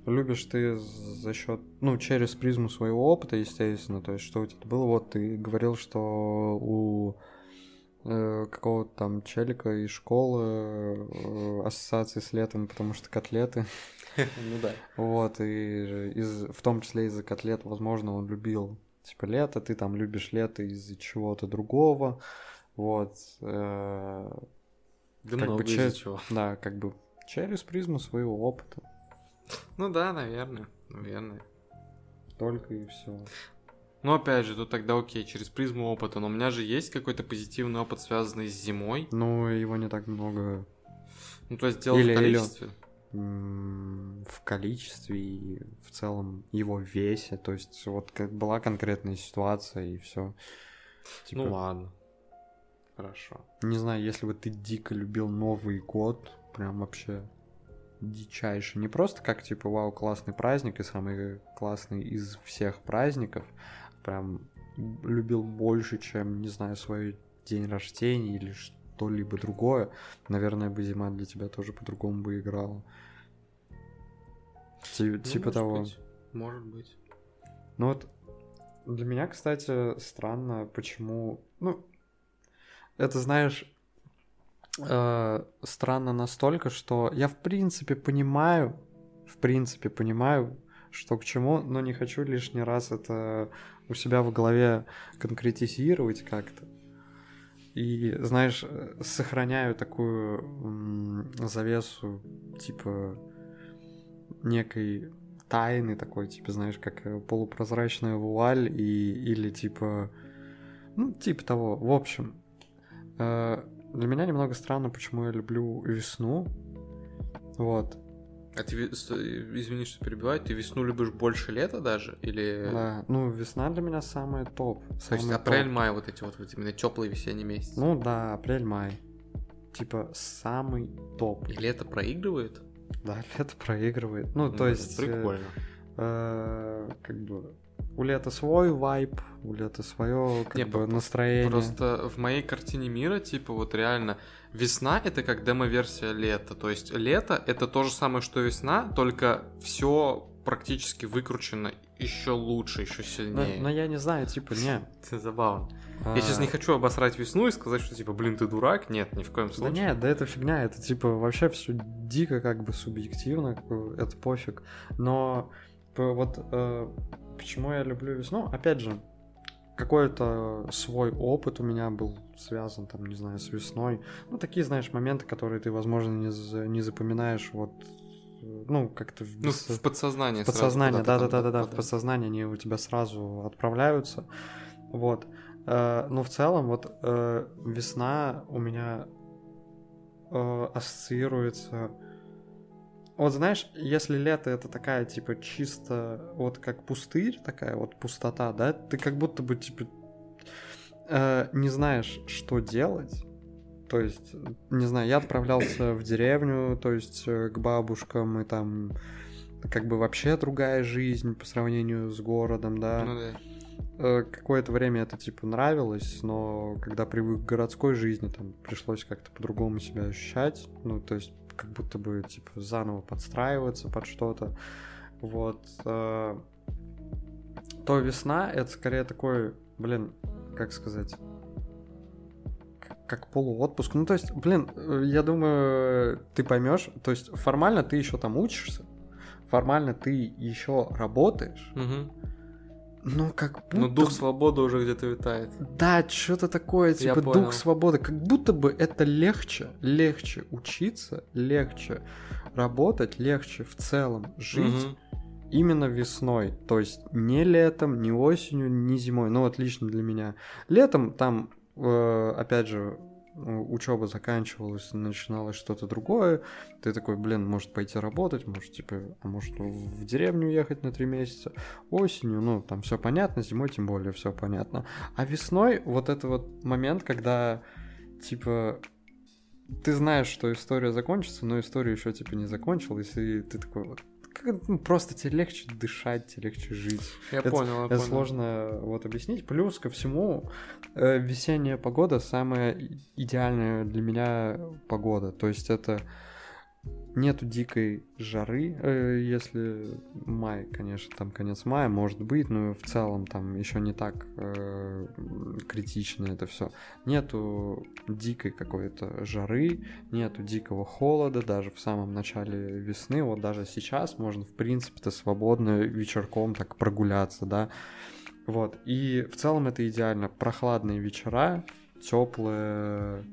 любишь ты за счет, ну, через призму своего опыта, естественно, то есть, что у тебя было, вот, ты говорил, что у э, какого-то там челика из школы э, ассоциации с летом, потому что котлеты. Ну да. Вот, и из, в том числе из-за котлет, возможно, он любил, типа, лето, ты там любишь лето из-за чего-то другого, вот. Э, Да как много бы из-за че- чего. Да, как бы через призму своего опыта. Ну да, наверное, наверное. Только и все. Но опять же, тут тогда окей, через призму опыта, но у меня же есть какой-то позитивный опыт, связанный с зимой. Ну, его не так много Ну, то есть дело Или- в или- количестве. м, в количестве и в целом его весе. То есть вот как была конкретная ситуация и все. Ну ладно. Хорошо. Не знаю, если бы ты дико любил Новый год, прям вообще дичайше. Не просто как, типа, вау, классный праздник и самый классный из всех праздников. Прям любил больше, чем, не знаю, свой день рождения или что-либо другое. Наверное, бы зима для тебя тоже по-другому бы играла. Ти- Ну, типа может того. быть, может быть. Ну вот для меня, кстати, странно, почему... Ну, это, знаешь, э, странно настолько, что я в принципе понимаю, в принципе понимаю, что к чему, но не хочу лишний раз это у себя в голове конкретизировать как-то. И, знаешь, э, сохраняю такую м, завесу, типа, некой тайны такой, типа, знаешь, как э, полупрозрачная вуаль и, или типа, ну, типа того. В общем, э, для меня немного странно, почему я люблю весну. Вот. А ты, ви- с- извини, что перебиваю, ты весну любишь больше лета даже? Или... Да. Ну, весна для меня самая топ. То есть самый апрель, топ. май, вот эти вот, вот именно теплые весенние месяцы. Ну да, апрель-май. Типа, самый топ. И лето проигрывает? Да, лето проигрывает. Ну, то Ну, есть... э, Прикольно. э, как бы... У лета свой вайб, у лета свое как Не, бы по- настроение. Просто в моей картине мира, типа, вот реально, весна — это как демо-версия лета. То есть лето — это то же самое, что весна, только все практически выкручено еще лучше, еще Но, сильнее. но я не знаю, типа, не. Это забавно. а, Я сейчас не хочу обосрать весну и сказать, что, типа, блин, ты дурак. Нет, ни в коем Да случае. нет, да это фигня, это типа вообще все дико как бы субъективно, как бы, это пофиг. Но п- вот э, почему я люблю весну? Опять же, какой-то свой опыт у меня был связан, там, не знаю, с весной. Ну, такие, знаешь, моменты, которые ты, возможно, не, за- не запоминаешь, вот, э, ну, как-то в, Ну, бес- в подсознание в подсознание, сразу куда-то там да-да-да-да, в попадает. подсознание они у тебя сразу отправляются. Вот. Э, но в целом, вот э, весна у меня э, ассоциируется. Вот знаешь, если лето это такая, типа, чисто вот как пустырь, такая вот пустота, да, ты как будто бы, типа, э, не знаешь, что делать. То есть, не знаю, я отправлялся в деревню, то есть э, к бабушкам, и там как бы вообще другая жизнь по сравнению с городом, да. Ну да. Э, Какое-то время это, типа, нравилось, но когда привык к городской жизни, там, пришлось как-то по-другому себя ощущать, ну, то есть как будто бы, типа, заново подстраиваться под что-то, вот. э, То весна — это скорее такой, блин, как сказать, к- как полуотпуск. Ну, то есть, блин, э, я думаю, ты поймешь, то есть формально ты еще там учишься, формально ты еще работаешь, Мгм. но как будто... Но дух свободы уже где-то витает. Да, что-то такое, Я типа понял. дух свободы. Как будто бы это легче, легче учиться, легче работать, легче в целом жить Мгм. именно весной. То есть не летом, не осенью, не зимой. Ну, вот лично для меня. Летом там, э, опять же, учеба заканчивалась, начиналось что-то другое. Ты такой, блин, может пойти работать, может, типа, а может в деревню ехать на три месяца. Осенью, ну, там все понятно, зимой тем более все понятно. А весной вот это вот момент, когда, типа, ты знаешь, что история закончится, но история еще, типа, не закончилась, и ты такой вот, как, ну, просто тебе легче дышать, тебе легче жить. Я Это- понял, я Это понял. сложно вот объяснить. Плюс ко всему, э, весенняя погода самая и- идеальная для меня погода. То есть это нету дикой жары, э, если май, конечно, там конец мая может быть, но в целом там еще не так э, критично это все. Нету дикой какой-то жары, нету дикого холода, даже в самом начале весны, вот даже сейчас можно, в принципе-то, свободно вечерком так прогуляться, да. Вот, и в целом это идеально. Прохладные вечера, теплые,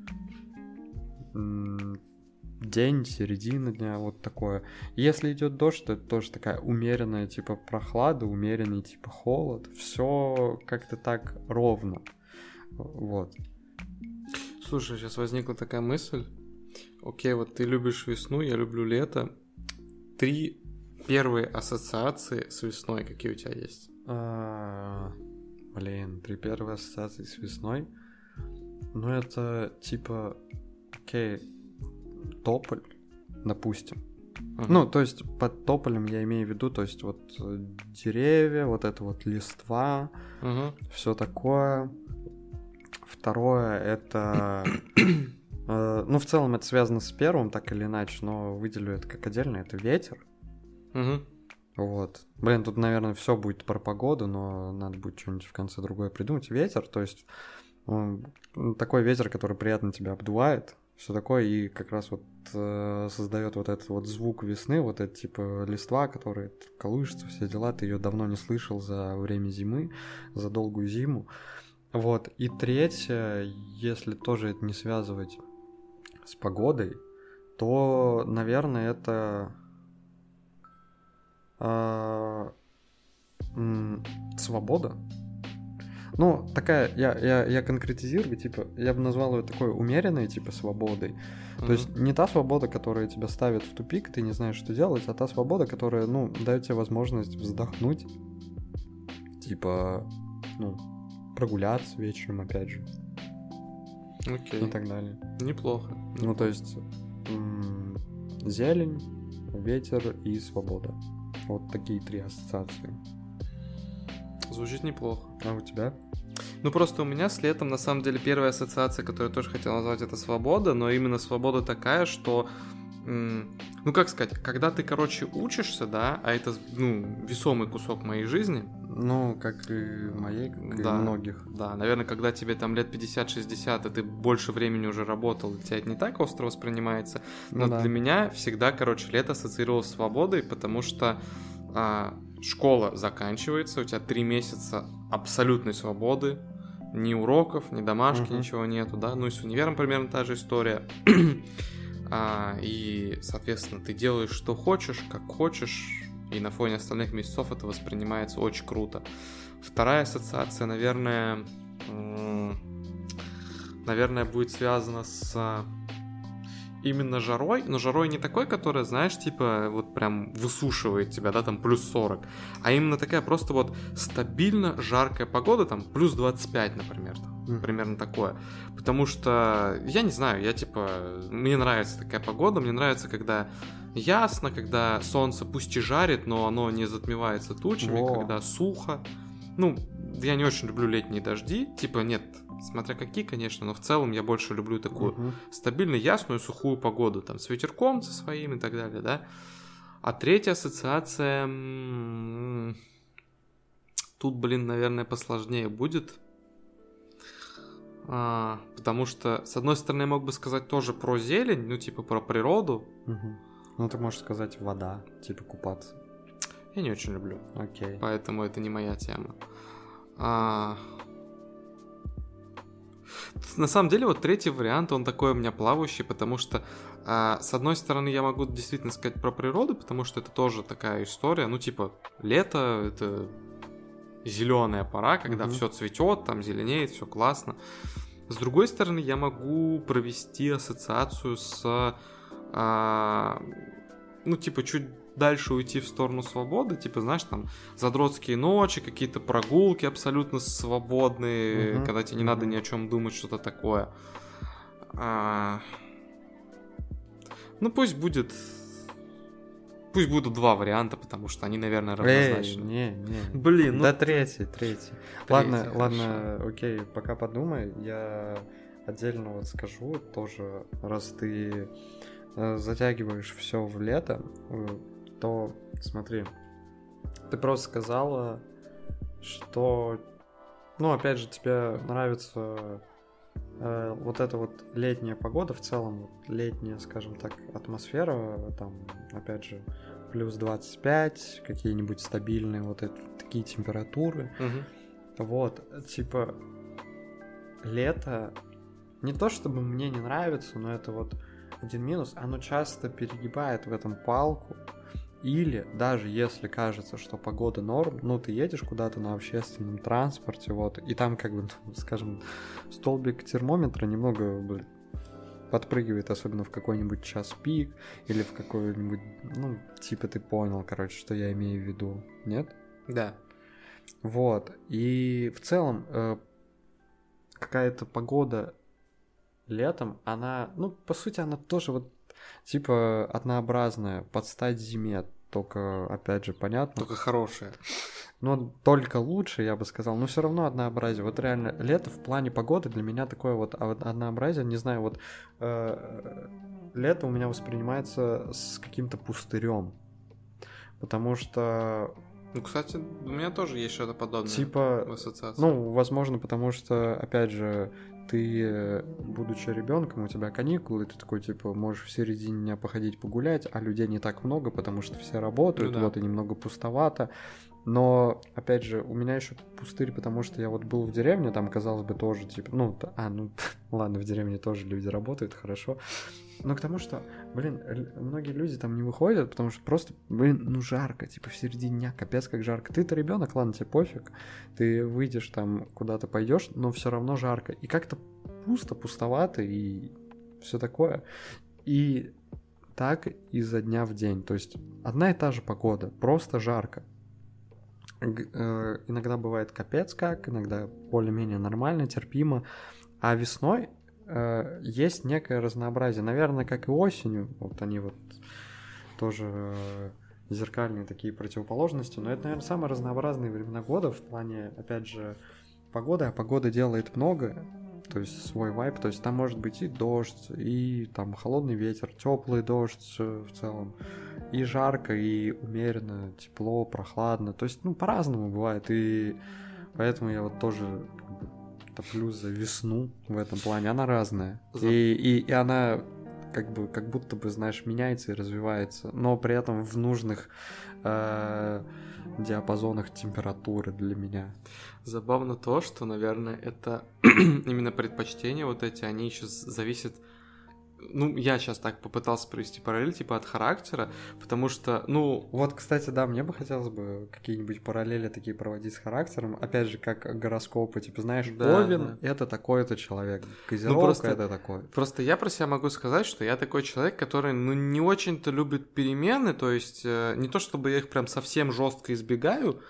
день, середина дня, вот такое. Если идет дождь, то это тоже такая умеренная типа прохлада, умеренный типа холод. Все как-то так ровно. Вот. Слушай, сейчас возникла такая мысль. Окей, вот ты любишь весну, я люблю лето. Три первые ассоциации с весной, какие у тебя есть? А, блин, три первые ассоциации с весной. Ну, это типа, окей, тополь, допустим. Uh-huh. Ну, то есть под тополем я имею в виду, то есть вот деревья, вот это вот листва, uh-huh. все такое. Второе, это... э, ну, в целом это связано с первым, так или иначе, но выделю это как отдельно, это ветер. Uh-huh. Вот. Блин, тут, наверное, все будет про погоду, но надо будет что-нибудь в конце другое придумать. Ветер, то есть он, такой ветер, который приятно тебя обдувает, все такое, и как раз вот э, создает вот этот вот звук весны, вот это типа листва, которые колышутся, все дела, ты ее давно не слышал за время зимы, за долгую зиму. Вот, и третье, если тоже это не связывать с погодой, то, наверное, это э, м- свобода. Ну, такая, я, я, я конкретизирую, типа, я бы назвал ее такой умеренной, типа, свободой. Mm-hmm. То есть не та свобода, которая тебя ставит в тупик, ты не знаешь, что делать, а та свобода, которая, ну, дает тебе возможность вздохнуть, типа, ну, прогуляться вечером, опять же. Окей. Okay. И так далее. Неплохо. Ну, то есть м- зелень, ветер и свобода. Вот такие три ассоциации. Звучит неплохо. А у тебя? Ну, просто у меня с летом, на самом деле, первая ассоциация, которую я тоже хотел назвать, это свобода, но именно свобода такая, что, м- ну, как сказать, когда ты, короче, учишься, да, а это, ну, весомый кусок моей жизни. Ну, как и моей, как да, и многих. Да, наверное, когда тебе там лет пятьдесят-шестьдесят, и ты больше времени уже работал, для тебя это не так остро воспринимается, но ну, да. Для меня всегда, короче, лето ассоциировалось с свободой, потому что а, школа заканчивается, у тебя три месяца абсолютной свободы, ни уроков, ни домашки, uh-huh. ничего нету, да, ну и с универом примерно та же история, а, и, соответственно, ты делаешь, что хочешь, как хочешь, и на фоне остальных месяцев это воспринимается очень круто. Вторая ассоциация, наверное, наверное, будет связана с именно жарой, но жарой не такой, которая, знаешь, типа, вот прям высушивает тебя, да, там плюс сорок, а именно такая просто вот стабильно жаркая погода, там плюс двадцать пять, например, там, mm. примерно такое. Потому что, я не знаю, я типа, мне нравится такая погода, мне нравится, когда ясно, когда солнце пусть и жарит, но оно не затмевается тучами, Во. Когда сухо. Ну, я не очень люблю летние дожди, типа, нет, смотря какие, конечно, но в целом я больше люблю такую uh-huh. стабильно ясную, сухую погоду, там, с ветерком со своим и так далее, да. А третья ассоциация... М-м, тут, блин, наверное, посложнее будет. А, потому что, с одной стороны, я мог бы сказать тоже про зелень, ну, типа, про природу. Uh-huh. Ну, ты можешь сказать вода, типа купаться. Я не очень люблю. Окей. Okay. Поэтому это не моя тема. А... На самом деле, вот третий вариант, он такой у меня плавающий, потому что, а, с одной стороны, я могу действительно сказать про природу, потому что это тоже такая история, ну, типа, лето, это зеленая пора, когда mm-hmm. все цветет, там зеленеет, все классно. С другой стороны, я могу провести ассоциацию с, а, ну, типа, чуть дальше уйти в сторону свободы, типа, знаешь, там, задротские ночи, какие-то прогулки абсолютно свободные, uh-huh. когда тебе не uh-huh. надо ни о чем думать, что-то такое. А... Ну, пусть будет... Пусть будут два варианта, потому что они, наверное, равнозначны. Эй, не, не. Блин, ну... Да третий, третий. третий ладно, хорошо. ладно, окей, пока подумай, я отдельно вот скажу тоже, раз ты э, затягиваешь все в лето, э, то смотри, ты просто сказала, что, ну, опять же, тебе нравится э, вот эта вот летняя погода в целом, вот летняя, скажем так, атмосфера, там, опять же, плюс двадцать пять, какие-нибудь стабильные вот это, такие температуры. Угу. Вот, типа, лето, не то чтобы мне не нравится, но это вот один минус, оно часто перегибает в этом палку. Или даже если кажется, что погода норм, ну ты едешь куда-то на общественном транспорте, вот, и там как бы, ну, скажем, столбик термометра немного, блин, подпрыгивает, особенно в какой-нибудь час пик, или в какой-нибудь, ну, типа ты понял, короче, что я имею в виду, нет? Да. Вот, и в целом э, какая-то погода летом, она, ну, по сути, она тоже вот типа однообразная, под стать зиме, только, опять же, понятно. Только хорошая. Но только лучше, я бы сказал, но все равно однообразие. Вот реально, лето в плане погоды для меня такое вот однообразие, не знаю, вот э, лето у меня воспринимается с каким-то пустырем, потому что... Ну, кстати, у меня тоже есть что-то подобное типа, в ассоциации. Ну, возможно, потому что, опять же, ты, будучи ребенком, у тебя каникулы, ты такой, типа, можешь в середине дня походить погулять, а людей не так много, потому что все работают, ну, да. Вот, и немного пустовато. Но, опять же, у меня еще пустырь, потому что я вот был в деревне, там, казалось бы, тоже, типа, ну, а, ну, ладно, в деревне тоже люди работают, хорошо. Но к тому, что, блин, многие люди там не выходят, потому что просто, блин, ну, жарко, типа, в середине дня, капец, как жарко. Ты-то ребенок, ладно, тебе пофиг, ты выйдешь там, куда-то пойдешь, но все равно жарко. И как-то пусто, пустовато и все такое. И так изо дня в день. То есть одна и та же погода, просто жарко. Иногда бывает капец как, иногда более-менее нормально, терпимо. А весной э, есть некое разнообразие. Наверное, как и осенью. Вот они вот тоже э, зеркальные такие противоположности. Но это, наверное, самые разнообразные времена года в плане, опять же, погоды. А погода делает много. То есть свой вайб. То есть там может быть и дождь, и там холодный ветер, теплый дождь в целом. И жарко, и умеренно, тепло, прохладно. То есть, ну, по-разному бывает. И поэтому я вот тоже как бы топлю за весну в этом плане. Она разная. За... И, и, и она как бы как будто бы, знаешь, меняется и развивается. Но при этом в нужных э, диапазонах температуры для меня. Забавно то, что, наверное, это именно предпочтения вот эти, они еще зависят. Ну, я сейчас так попытался провести параллель, типа, от характера, потому что, ну... Вот, кстати, да, мне бы хотелось бы какие-нибудь параллели такие проводить с характером. Опять же, как гороскопы, типа, знаешь, да, Овен да. — это такой-то человек, Козерог ну, просто, — это такой. Просто я про себя могу сказать, что я такой человек, который, ну, не очень-то любит перемены, то есть, э, не то чтобы я их прям совсем жестко избегаю,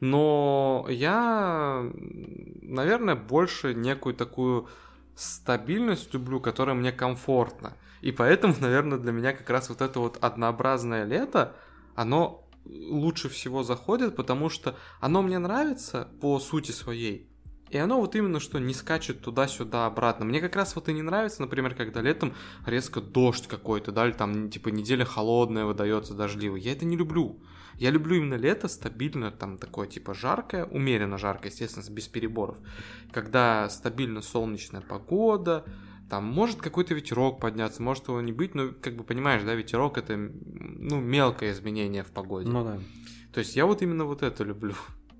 но я, наверное, больше некую такую... стабильность люблю, которая мне комфортна. И поэтому, наверное, для меня как раз вот это вот однообразное лето, оно лучше всего заходит, потому что оно мне нравится по сути своей. И оно вот именно что не скачет туда-сюда обратно. Мне как раз вот и не нравится, например, когда летом резко дождь какой-то, да, или там типа неделя холодная выдается, дождливая. Я это не люблю. Я люблю именно лето, стабильно, там такое типа жаркое, умеренно жаркое, естественно, без переборов. Когда стабильно солнечная погода, там может какой-то ветерок подняться, может его не быть, но как бы понимаешь, да, ветерок это, ну, мелкое изменение в погоде. Ну да. То есть я вот именно вот это люблю.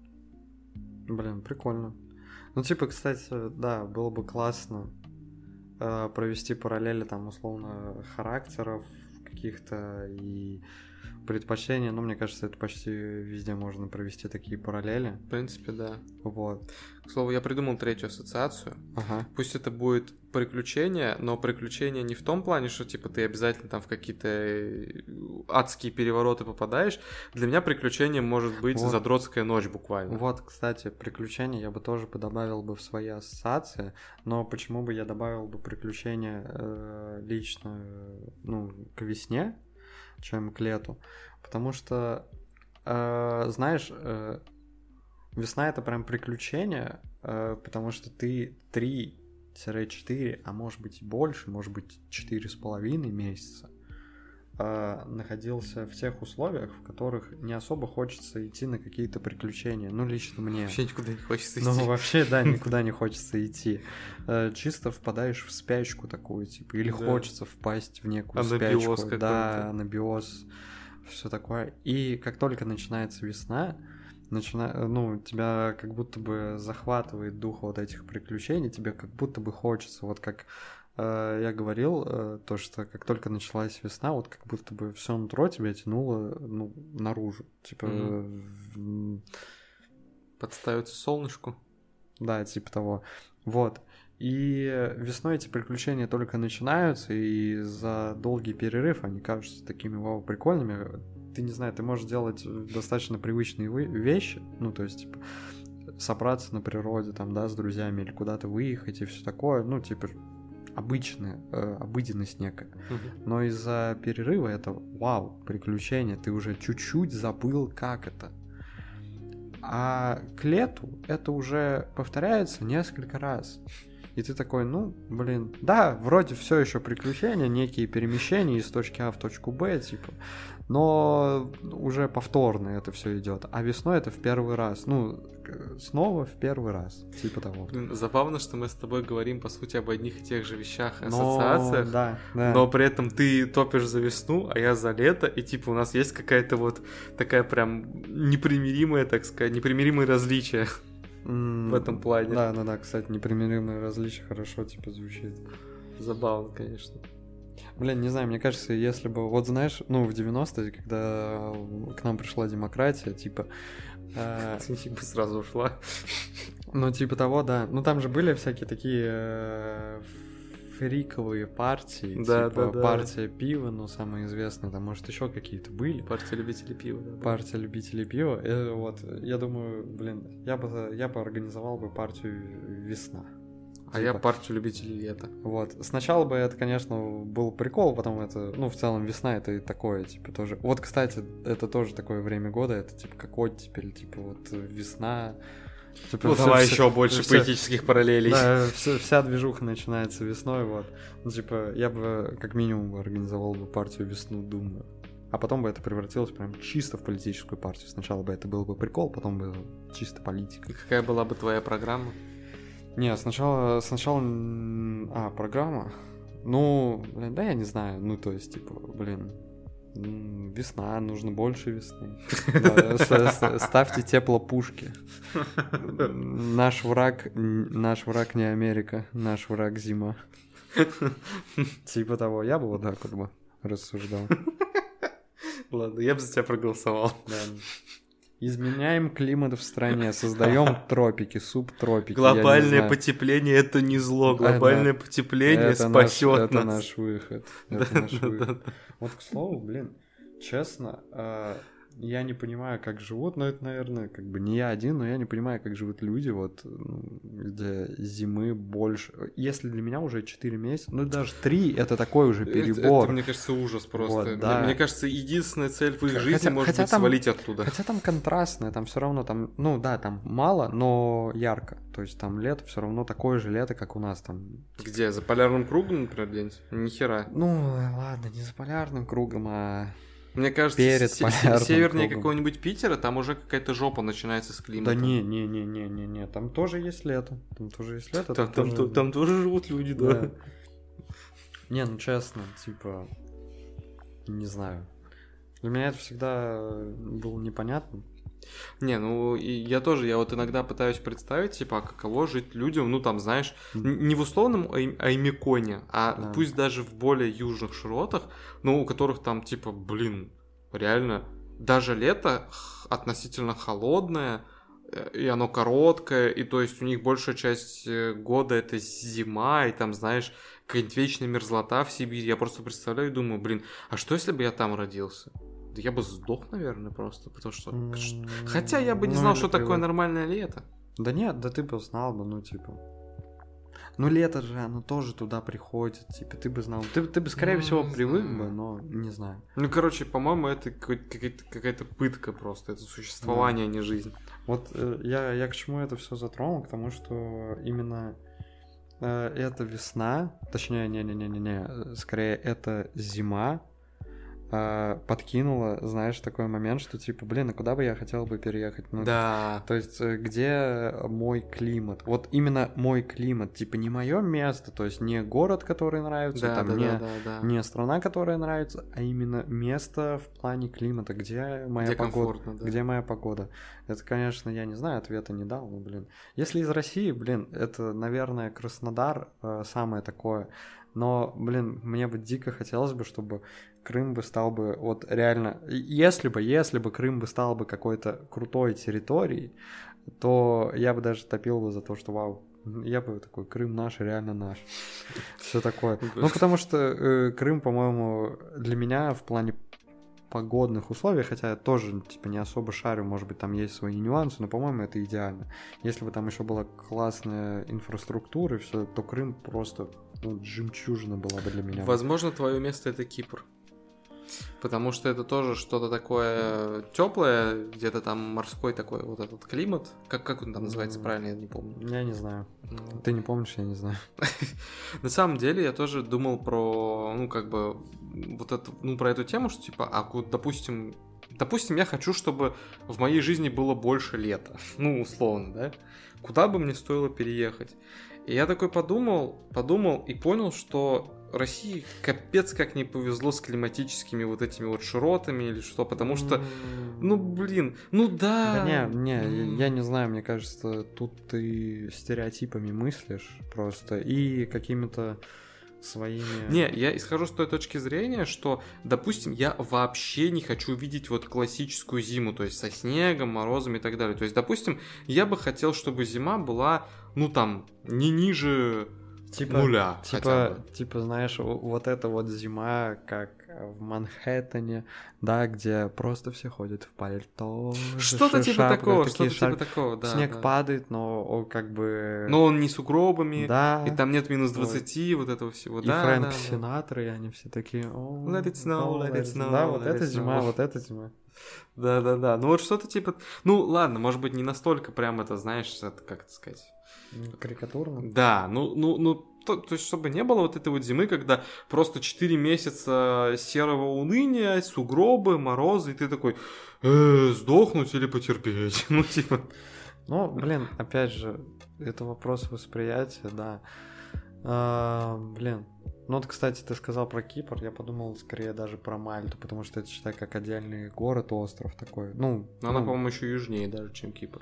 Блин, прикольно. Ну, типа, кстати, да, было бы классно э, провести параллели, там, условно, характеров каких-то и предпочтения. Ну, мне кажется, это почти везде можно провести такие параллели. В принципе, да. Вот. К слову, я придумал третью ассоциацию. Ага. Пусть это будет приключение, но приключение не в том плане, что, типа, ты обязательно там в какие-то адские перевороты попадаешь. Для меня приключение может быть вот. Задротская ночь буквально. Вот, кстати, приключения я бы тоже добавил бы в свои ассоциации, но почему бы я добавил бы приключения э, лично, ну, к весне, чем к лету? Потому что, э, знаешь, э, весна — это прям приключение, э, потому что ты три-четыре, а может быть и больше, может быть четыре с половиной месяца э, находился в тех условиях, в которых не особо хочется идти на какие-то приключения. Ну, лично мне. Вообще никуда не хочется идти. Ну, вообще, да, никуда не хочется идти. Э, чисто впадаешь в спячку такую, типа, или Да. хочется впасть в некую Анабиоз спячку. какой-то. Да, анабиоз, все такое. И как только начинается весна, начина... ну, тебя как будто бы захватывает дух вот этих приключений, тебе как будто бы хочется, вот как э, я говорил, э, то, что как только началась весна, вот как будто бы все нутро тебя тянуло, ну, наружу, типа, Мгм. Подставиться солнышку. да, типа того, вот. И весной эти приключения только начинаются, и за долгий перерыв они кажутся такими вау прикольными. Ты не знаю, ты можешь делать достаточно привычные вы- вещи, ну, то есть, типа, собраться на природе, там, да, с друзьями, или куда-то выехать и все такое, ну, типа, обычная, э, обыденность некая. Мгм. Но из-за перерыва это вау, приключение, ты уже чуть-чуть забыл, как это. А к лету это уже повторяется несколько раз. И ты такой, ну, блин, да, вроде все еще приключения, некие перемещения из точки А в точку Б, типа, но уже повторно это все идет. А весной это в первый раз. Ну, к- снова в первый раз. Типа того. Блин, забавно, что мы с тобой говорим, по сути, об одних и тех же вещах и Но, ассоциациях. да, да. Но при этом ты топишь за весну, а я за лето, и типа у нас есть какая-то вот такая прям непримиримая, так сказать, непримиримые различия М, в этом плане. Да, да, да, кстати, непримиримые различия хорошо, типа, звучит. Забавно, конечно. Блин, не знаю, мне кажется, если бы... Вот знаешь, ну, в девяностые, когда к нам пришла демократия, типа... э, Типа сразу ушла. ну, типа того, да. Ну, там же были всякие такие э, фриковые партии. Да, типа да, да. партия пива, ну, самые известные. Там, может, еще какие-то были. Партия любителей пива. Да, Партия любителей пива. Э, вот, я думаю, блин, я бы, я бы организовал бы партию «Весна». А я Типа, партию любителей лета. вот. Сначала бы это, конечно, был прикол, потом это, ну, в целом весна это и такое, типа, тоже. Вот, кстати, это тоже такое время года, это типа как оттепель, типа вот весна. Типа, Ну, всё- давай всё- еще больше всё- поэтических параллелей. Да, всё- вся движуха начинается весной, вот. Ну, типа, я бы как минимум организовал бы партию «Весну», думаю. А потом бы это превратилось прям чисто в политическую партию. Сначала бы это был бы прикол, потом бы чисто политика. И какая была бы твоя программа? Не, сначала, сначала, м, а, программа, ну, блин, да я не знаю, ну, то есть, типа, блин, м, весна, нужно больше весны. Да, с- с- Ставьте теплопушки. Наш враг, н- наш враг не Америка, наш враг зима. Типа того, я бы вот так вот бы рассуждал. Ладно, я бы за тебя проголосовал. Да. Изменяем климат в стране, создаем тропики, субтропики. я не Глобальное знаю. потепление это не зло. Да, Глобальное да. потепление Это наш- спасет это нас. наш выход. Да, Это наш да, выход. да, да. Вот, к слову, блин, честно, э, я не понимаю, как живут, но это, наверное, как бы не я один, но я не понимаю, как живут люди, вот, ну, где зимы больше. Если для меня уже четыре месяца, ну, даже три, это такой уже Это, перебор. это, мне кажется, ужас просто. Вот, Мне- да. Мне кажется, единственная цель в их Хотя- жизни может хотя быть там- свалить оттуда. Хотя там контрастное, там все равно там, ну да, там мало, но ярко. То есть там лето все равно такое же лето, как у нас там. Где? За полярным кругом, например, где-нибудь? Нихера. Ну, ладно, не за полярным кругом, а Мне кажется, Перед се- се- полярным севернее кругом. какого-нибудь Питера, там уже какая-то жопа начинается с Да климатом. не, не, не, не, не, не, там тоже есть лето, там тоже есть лето. Там, там, тоже- там тоже живут люди, да. да. Не, ну честно, типа, не знаю. Для меня это всегда было непонятно. Не, ну и я тоже, я вот иногда пытаюсь представить, типа, а каково жить людям, ну там, знаешь, н- не в условном Ай- Аймеконе, а Да. пусть даже в более южных широтах, но у которых там, типа, блин, реально, даже лето х- относительно холодное, э, и оно короткое, и то есть у них большая часть э, года это зима, и там, знаешь, какая-нибудь вечная мерзлота в Сибири. Я просто представляю и думаю, блин, а что если бы я там родился? Да я бы сдох, наверное, просто, потому что... М, Хотя я бы не ну, знал, или что такое привык. нормальное лето. Да нет, да ты бы знал бы, ну типа. Ну лето же, оно тоже туда приходит, типа, ты бы знал. Ты, ты бы, скорее Ну, всего, не привык знаю. бы, но не знаю. Ну, короче, по-моему, это какой- какая-то, какая-то пытка просто. Это существование, а не жизнь. Вот э, я, я к чему это все затронул, к тому, что именно э, это весна, точнее, не-не-не-не-не, э, скорее это зима, э, подкинуло, знаешь, такой момент, что типа, блин, а куда бы я хотел бы переехать? Ну, Да. то есть, э, где мой климат? Вот именно мой климат, типа, не мое место, то есть не город, который нравится, Да, там, да, не, да, да, да. не страна, которая нравится, а именно место в плане климата, где моя Где погода. комфортно, да. Где моя погода. Это, конечно, я не знаю, ответа не дал, но, блин. Если из России, блин, это, наверное, Краснодар э, самое такое. Но, блин, мне бы дико хотелось бы, чтобы Крым бы стал бы, вот реально, если бы, если бы Крым бы стал бы какой-то крутой территорией, то я бы даже топил бы за то, что вау, я бы такой, Крым наш, реально наш. Все такое. Ну, потому что э, Крым, по-моему, для меня в плане погодных условий, хотя я тоже, типа, не особо шарю, может быть, там есть свои нюансы, но, по-моему, это идеально. Если бы там еще была классная инфраструктура и все, то Крым просто, ну, жемчужина была бы для меня. Возможно, твое место это Кипр. Потому что это тоже что-то такое теплое, где-то там морской такой вот этот климат. Как, как он там называется правильно, я не помню. Я не знаю. Ну. Ты не помнишь, я не знаю. На самом деле я тоже думал про, ну, как бы, вот это, ну, про эту тему, что, типа, а, вот, допустим, допустим, я хочу, чтобы в моей жизни было больше лета. Ну, условно, да? Куда бы мне стоило переехать? И я такой подумал, подумал и понял, что России капец как не повезло с климатическими вот этими вот широтами или что, потому что, ну, блин, ну да. Да не, не, я, я не знаю, мне кажется, тут ты стереотипами мыслишь просто и какими-то своими... Не, я исхожу с той точки зрения, что, допустим, я вообще не хочу видеть вот классическую зиму, то есть со снегом, морозами и так далее. То есть, допустим, я бы хотел, чтобы зима была, ну, там, не ниже... Типа, нуля, типа, хотя бы. Типа, знаешь, вот эта вот зима, как в Манхэттене, да, где просто все ходят в пальто. Что-то типа шапках, такого, такие что-то шар... типа такого, да. Снег да. падает, но он как бы... Но он не с угробами, да. и там нет минус двадцати, вот, вот этого всего. И да, Фрэнк да, Синатра, и они все такие... Oh, let it snow, let it snow. Да, вот let эта it зима, snow. вот эта зима. Да-да-да, ну вот что-то типа... Ну ладно, может быть, не настолько прям это, знаешь, это, как это сказать... Карикатурно? Да, ну, ну, ну, то, то есть, чтобы не было вот этой вот зимы, когда просто четыре месяца серого уныния, сугробы, морозы, и ты такой, э, сдохнуть или потерпеть, ну, типа... Ну, блин, опять же, это вопрос восприятия, да. А, блин, ну вот, кстати, ты сказал про Кипр, я подумал скорее даже про Мальту, потому что это, считай, как отдельный город, остров такой, ну... Но она, ну, по-моему, еще южнее даже, чем Кипр.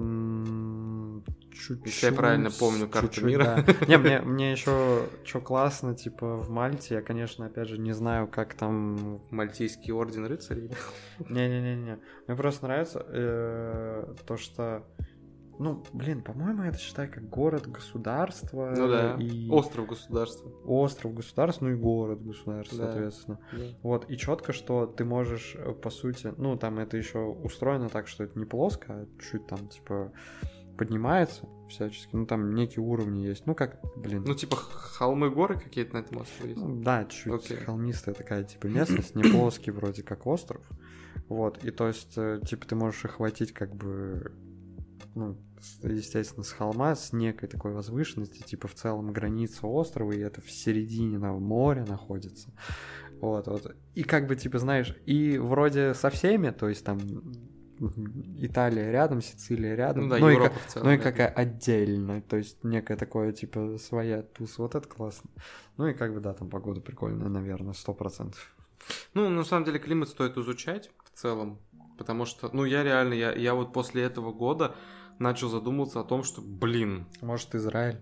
Чуть-чуть. Если я правильно помню карту чуть-чуть, мира. Да. Не, мне, мне еще что классно, типа, в Мальте, я, конечно, опять же, не знаю, как там... Мальтийский орден рыцарей. Не-не-не-не. Мне просто нравится э, то, что... Ну, блин, по-моему, это, считай, как город-государство. Ну да, и... остров государства. Остров государства, ну и город-государство, Да. соответственно. Да. Вот, и четко, что ты можешь, по сути, ну, там это еще устроено так, что это не плоско, а чуть там, типа, поднимается всячески. Ну, там некие уровни есть. Ну, как, блин. Ну, типа, холмы, горы какие-то на этом острове есть? Ну, да, чуть Окей. холмистая такая, типа, местность, не плоский вроде как остров. Вот, и то есть, э, типа, ты можешь охватить, как бы, ну, с- естественно, с холма, с некой такой возвышенности, типа, в целом граница острова, и это в середине на моря находится. Вот, вот. И как бы, типа, знаешь, и вроде со всеми, то есть там м, Италия рядом, Сицилия рядом, Ну да, ну, и Европа как, в целом. ну и рядом. какая отдельно, то есть некое такое, типа, своя туз, вот это классно. Ну и как бы, да, там погода прикольная, наверное, сто процентов. Ну, на самом деле, климат стоит изучать в целом, потому что, ну, я реально, я, я вот после этого года начал задумываться о том, что, блин, Может, Израиль?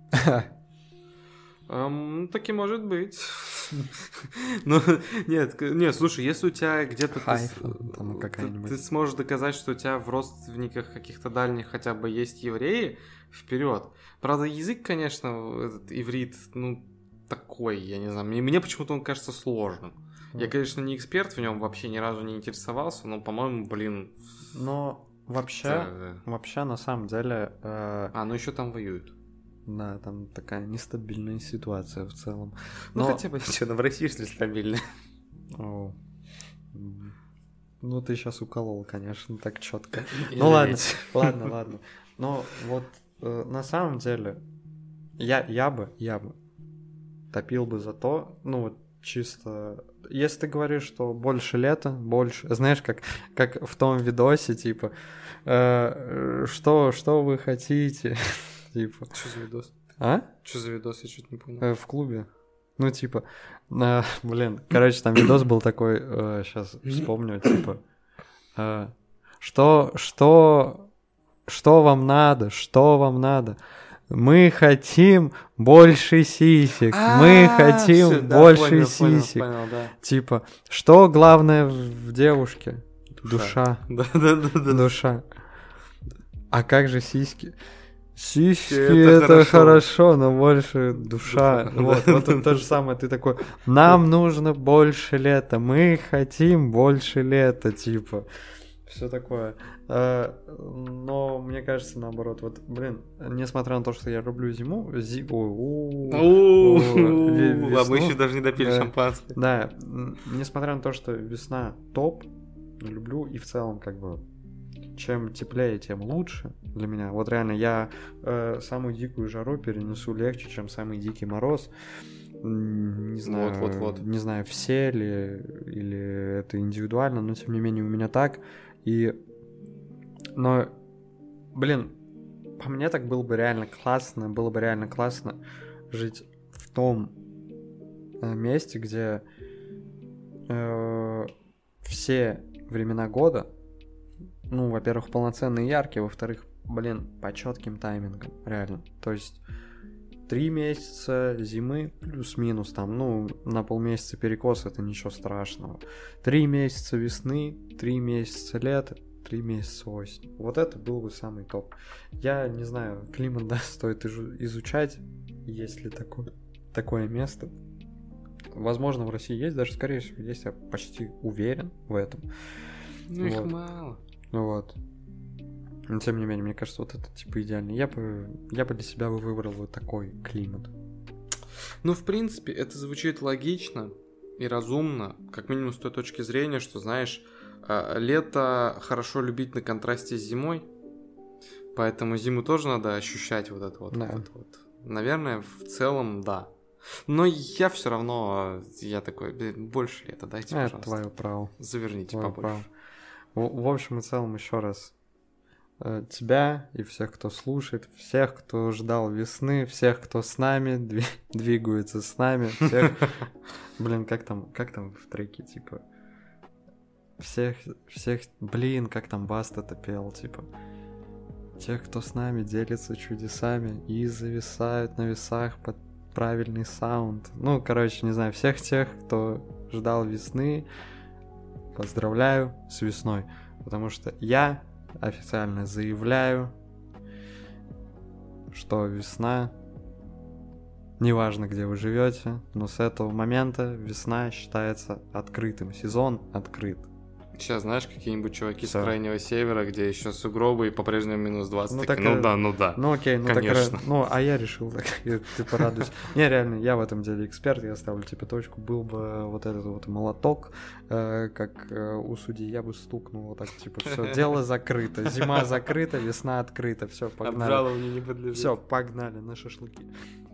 эм, таки может быть. Ну, нет, к- нет, слушай, если у тебя где-то ты, с- Хайфа, там ты- какая-нибудь. ты сможешь доказать, что у тебя в родственниках каких-то дальних хотя бы есть евреи, вперед. Правда, язык, конечно, этот иврит, ну, такой, я не знаю, мне, мне почему-то он кажется сложным. Я, конечно, не эксперт в нем, вообще ни разу не интересовался, но, по-моему, блин... Но вообще, это- вообще, на самом деле, э, А, ну еще там воюют. да, там такая нестабильная ситуация в целом. Ну, Но- хотя бы, что, в России, что ли, стабильно? О, м, ну, ты сейчас уколол, конечно, так четко. Извините. Ну ладно, ладно, ладно. Но вот э, на самом деле я, я бы, я бы топил бы за то, ну вот чисто если ты говоришь, что больше лета, больше... Знаешь, как, как в том видосе, типа, э, что, что вы хотите? Типа... Что за видос? А? Что за видос? Я чуть не понял. Э, в клубе. Ну, типа, э, блин, короче, там видос был такой, э, сейчас вспомню, типа, э, что, что, что вам надо, что вам надо? Мы хотим больше сисек, мы хотим больше сисек. Типа, что главное в девушке? Душа. Да-да-да. Душа. А как же сиськи? Сиськи это это, хорошо. хорошо, но больше душа. Душа. Вот, вот это то же самое. Ты такой, нам нужно больше лета, мы хотим больше лета, типа. Все такое. Э, Но мне кажется, наоборот, вот, блин, несмотря на то, что я люблю зиму, зи... Ой, у- У, ве- А мы весну. еще даже не допили Да. шампанское. Да, м, несмотря на то, что весна топ, люблю и в целом как бы чем теплее, тем лучше для меня. Вот реально я э, самую дикую жару перенесу легче, чем самый дикий мороз. М, Не знаю, Вот, вот, вот. не знаю, все ли или это индивидуально, но тем не менее у меня так. И, но, блин, по мне так было бы реально классно, было бы реально классно жить в том э, месте, где э, все времена года, ну, во-первых, полноценные и яркие, во-вторых, блин, по четким таймингам, реально. То есть три месяца зимы плюс-минус там, ну, на полмесяца перекос, это ничего страшного. Три месяца весны, три месяца лета, три месяца осени. Вот это был бы самый топ. Я не знаю, климат, да, стоит изу- изучать, есть ли такое, такое место. Возможно, в России есть, даже, скорее всего, есть, я почти уверен в этом. Ну их Вот. мало. Вот. Но тем не менее, мне кажется, вот это типа идеально. Я бы, я бы для себя бы выбрал вот такой климат. Ну, в принципе, это звучит логично и разумно, как минимум с той точки зрения, что, знаешь, а, лето хорошо любить на контрасте с зимой, поэтому зиму тоже надо ощущать вот это вот. Да. Вот это вот. Наверное, в целом, да. Но я все равно, я такой, блин, больше лета, дайте, А, это пожалуйста. твое право. Заверните Твое побольше. право. В, в общем и целом, еще раз э, тебя и всех, кто слушает, всех, кто ждал весны, всех, кто с нами, дви- двигается с нами, всех... Блин, как там, как там в треке, типа... Всех, всех... Блин, как там Баста-то пел, типа... Тех, кто с нами делится чудесами и зависают на весах под правильный саунд. Ну, короче, не знаю, всех тех, кто ждал весны, поздравляю с весной. Потому что я официально заявляю, что весна, неважно, где вы живете, но с этого момента весна считается открытым. Сезон открыт. Сейчас, знаешь, какие-нибудь чуваки Всё. с крайнего севера, где еще сугробы и по-прежнему минус двадцать. Ну, такие, так, ну э, да, ну да. Ну окей, ну Конечно. так, ну а я решил, так, и ты порадуйся. Не, реально, я в этом деле эксперт, я ставлю тебе точку, был бы вот этот вот молоток, э, как э, у судьи, я бы стукнул вот так, типа, все, дело закрыто, зима закрыта, весна открыта, все, погнали. Обжалованию не подлежит. Все, погнали на шашлыки.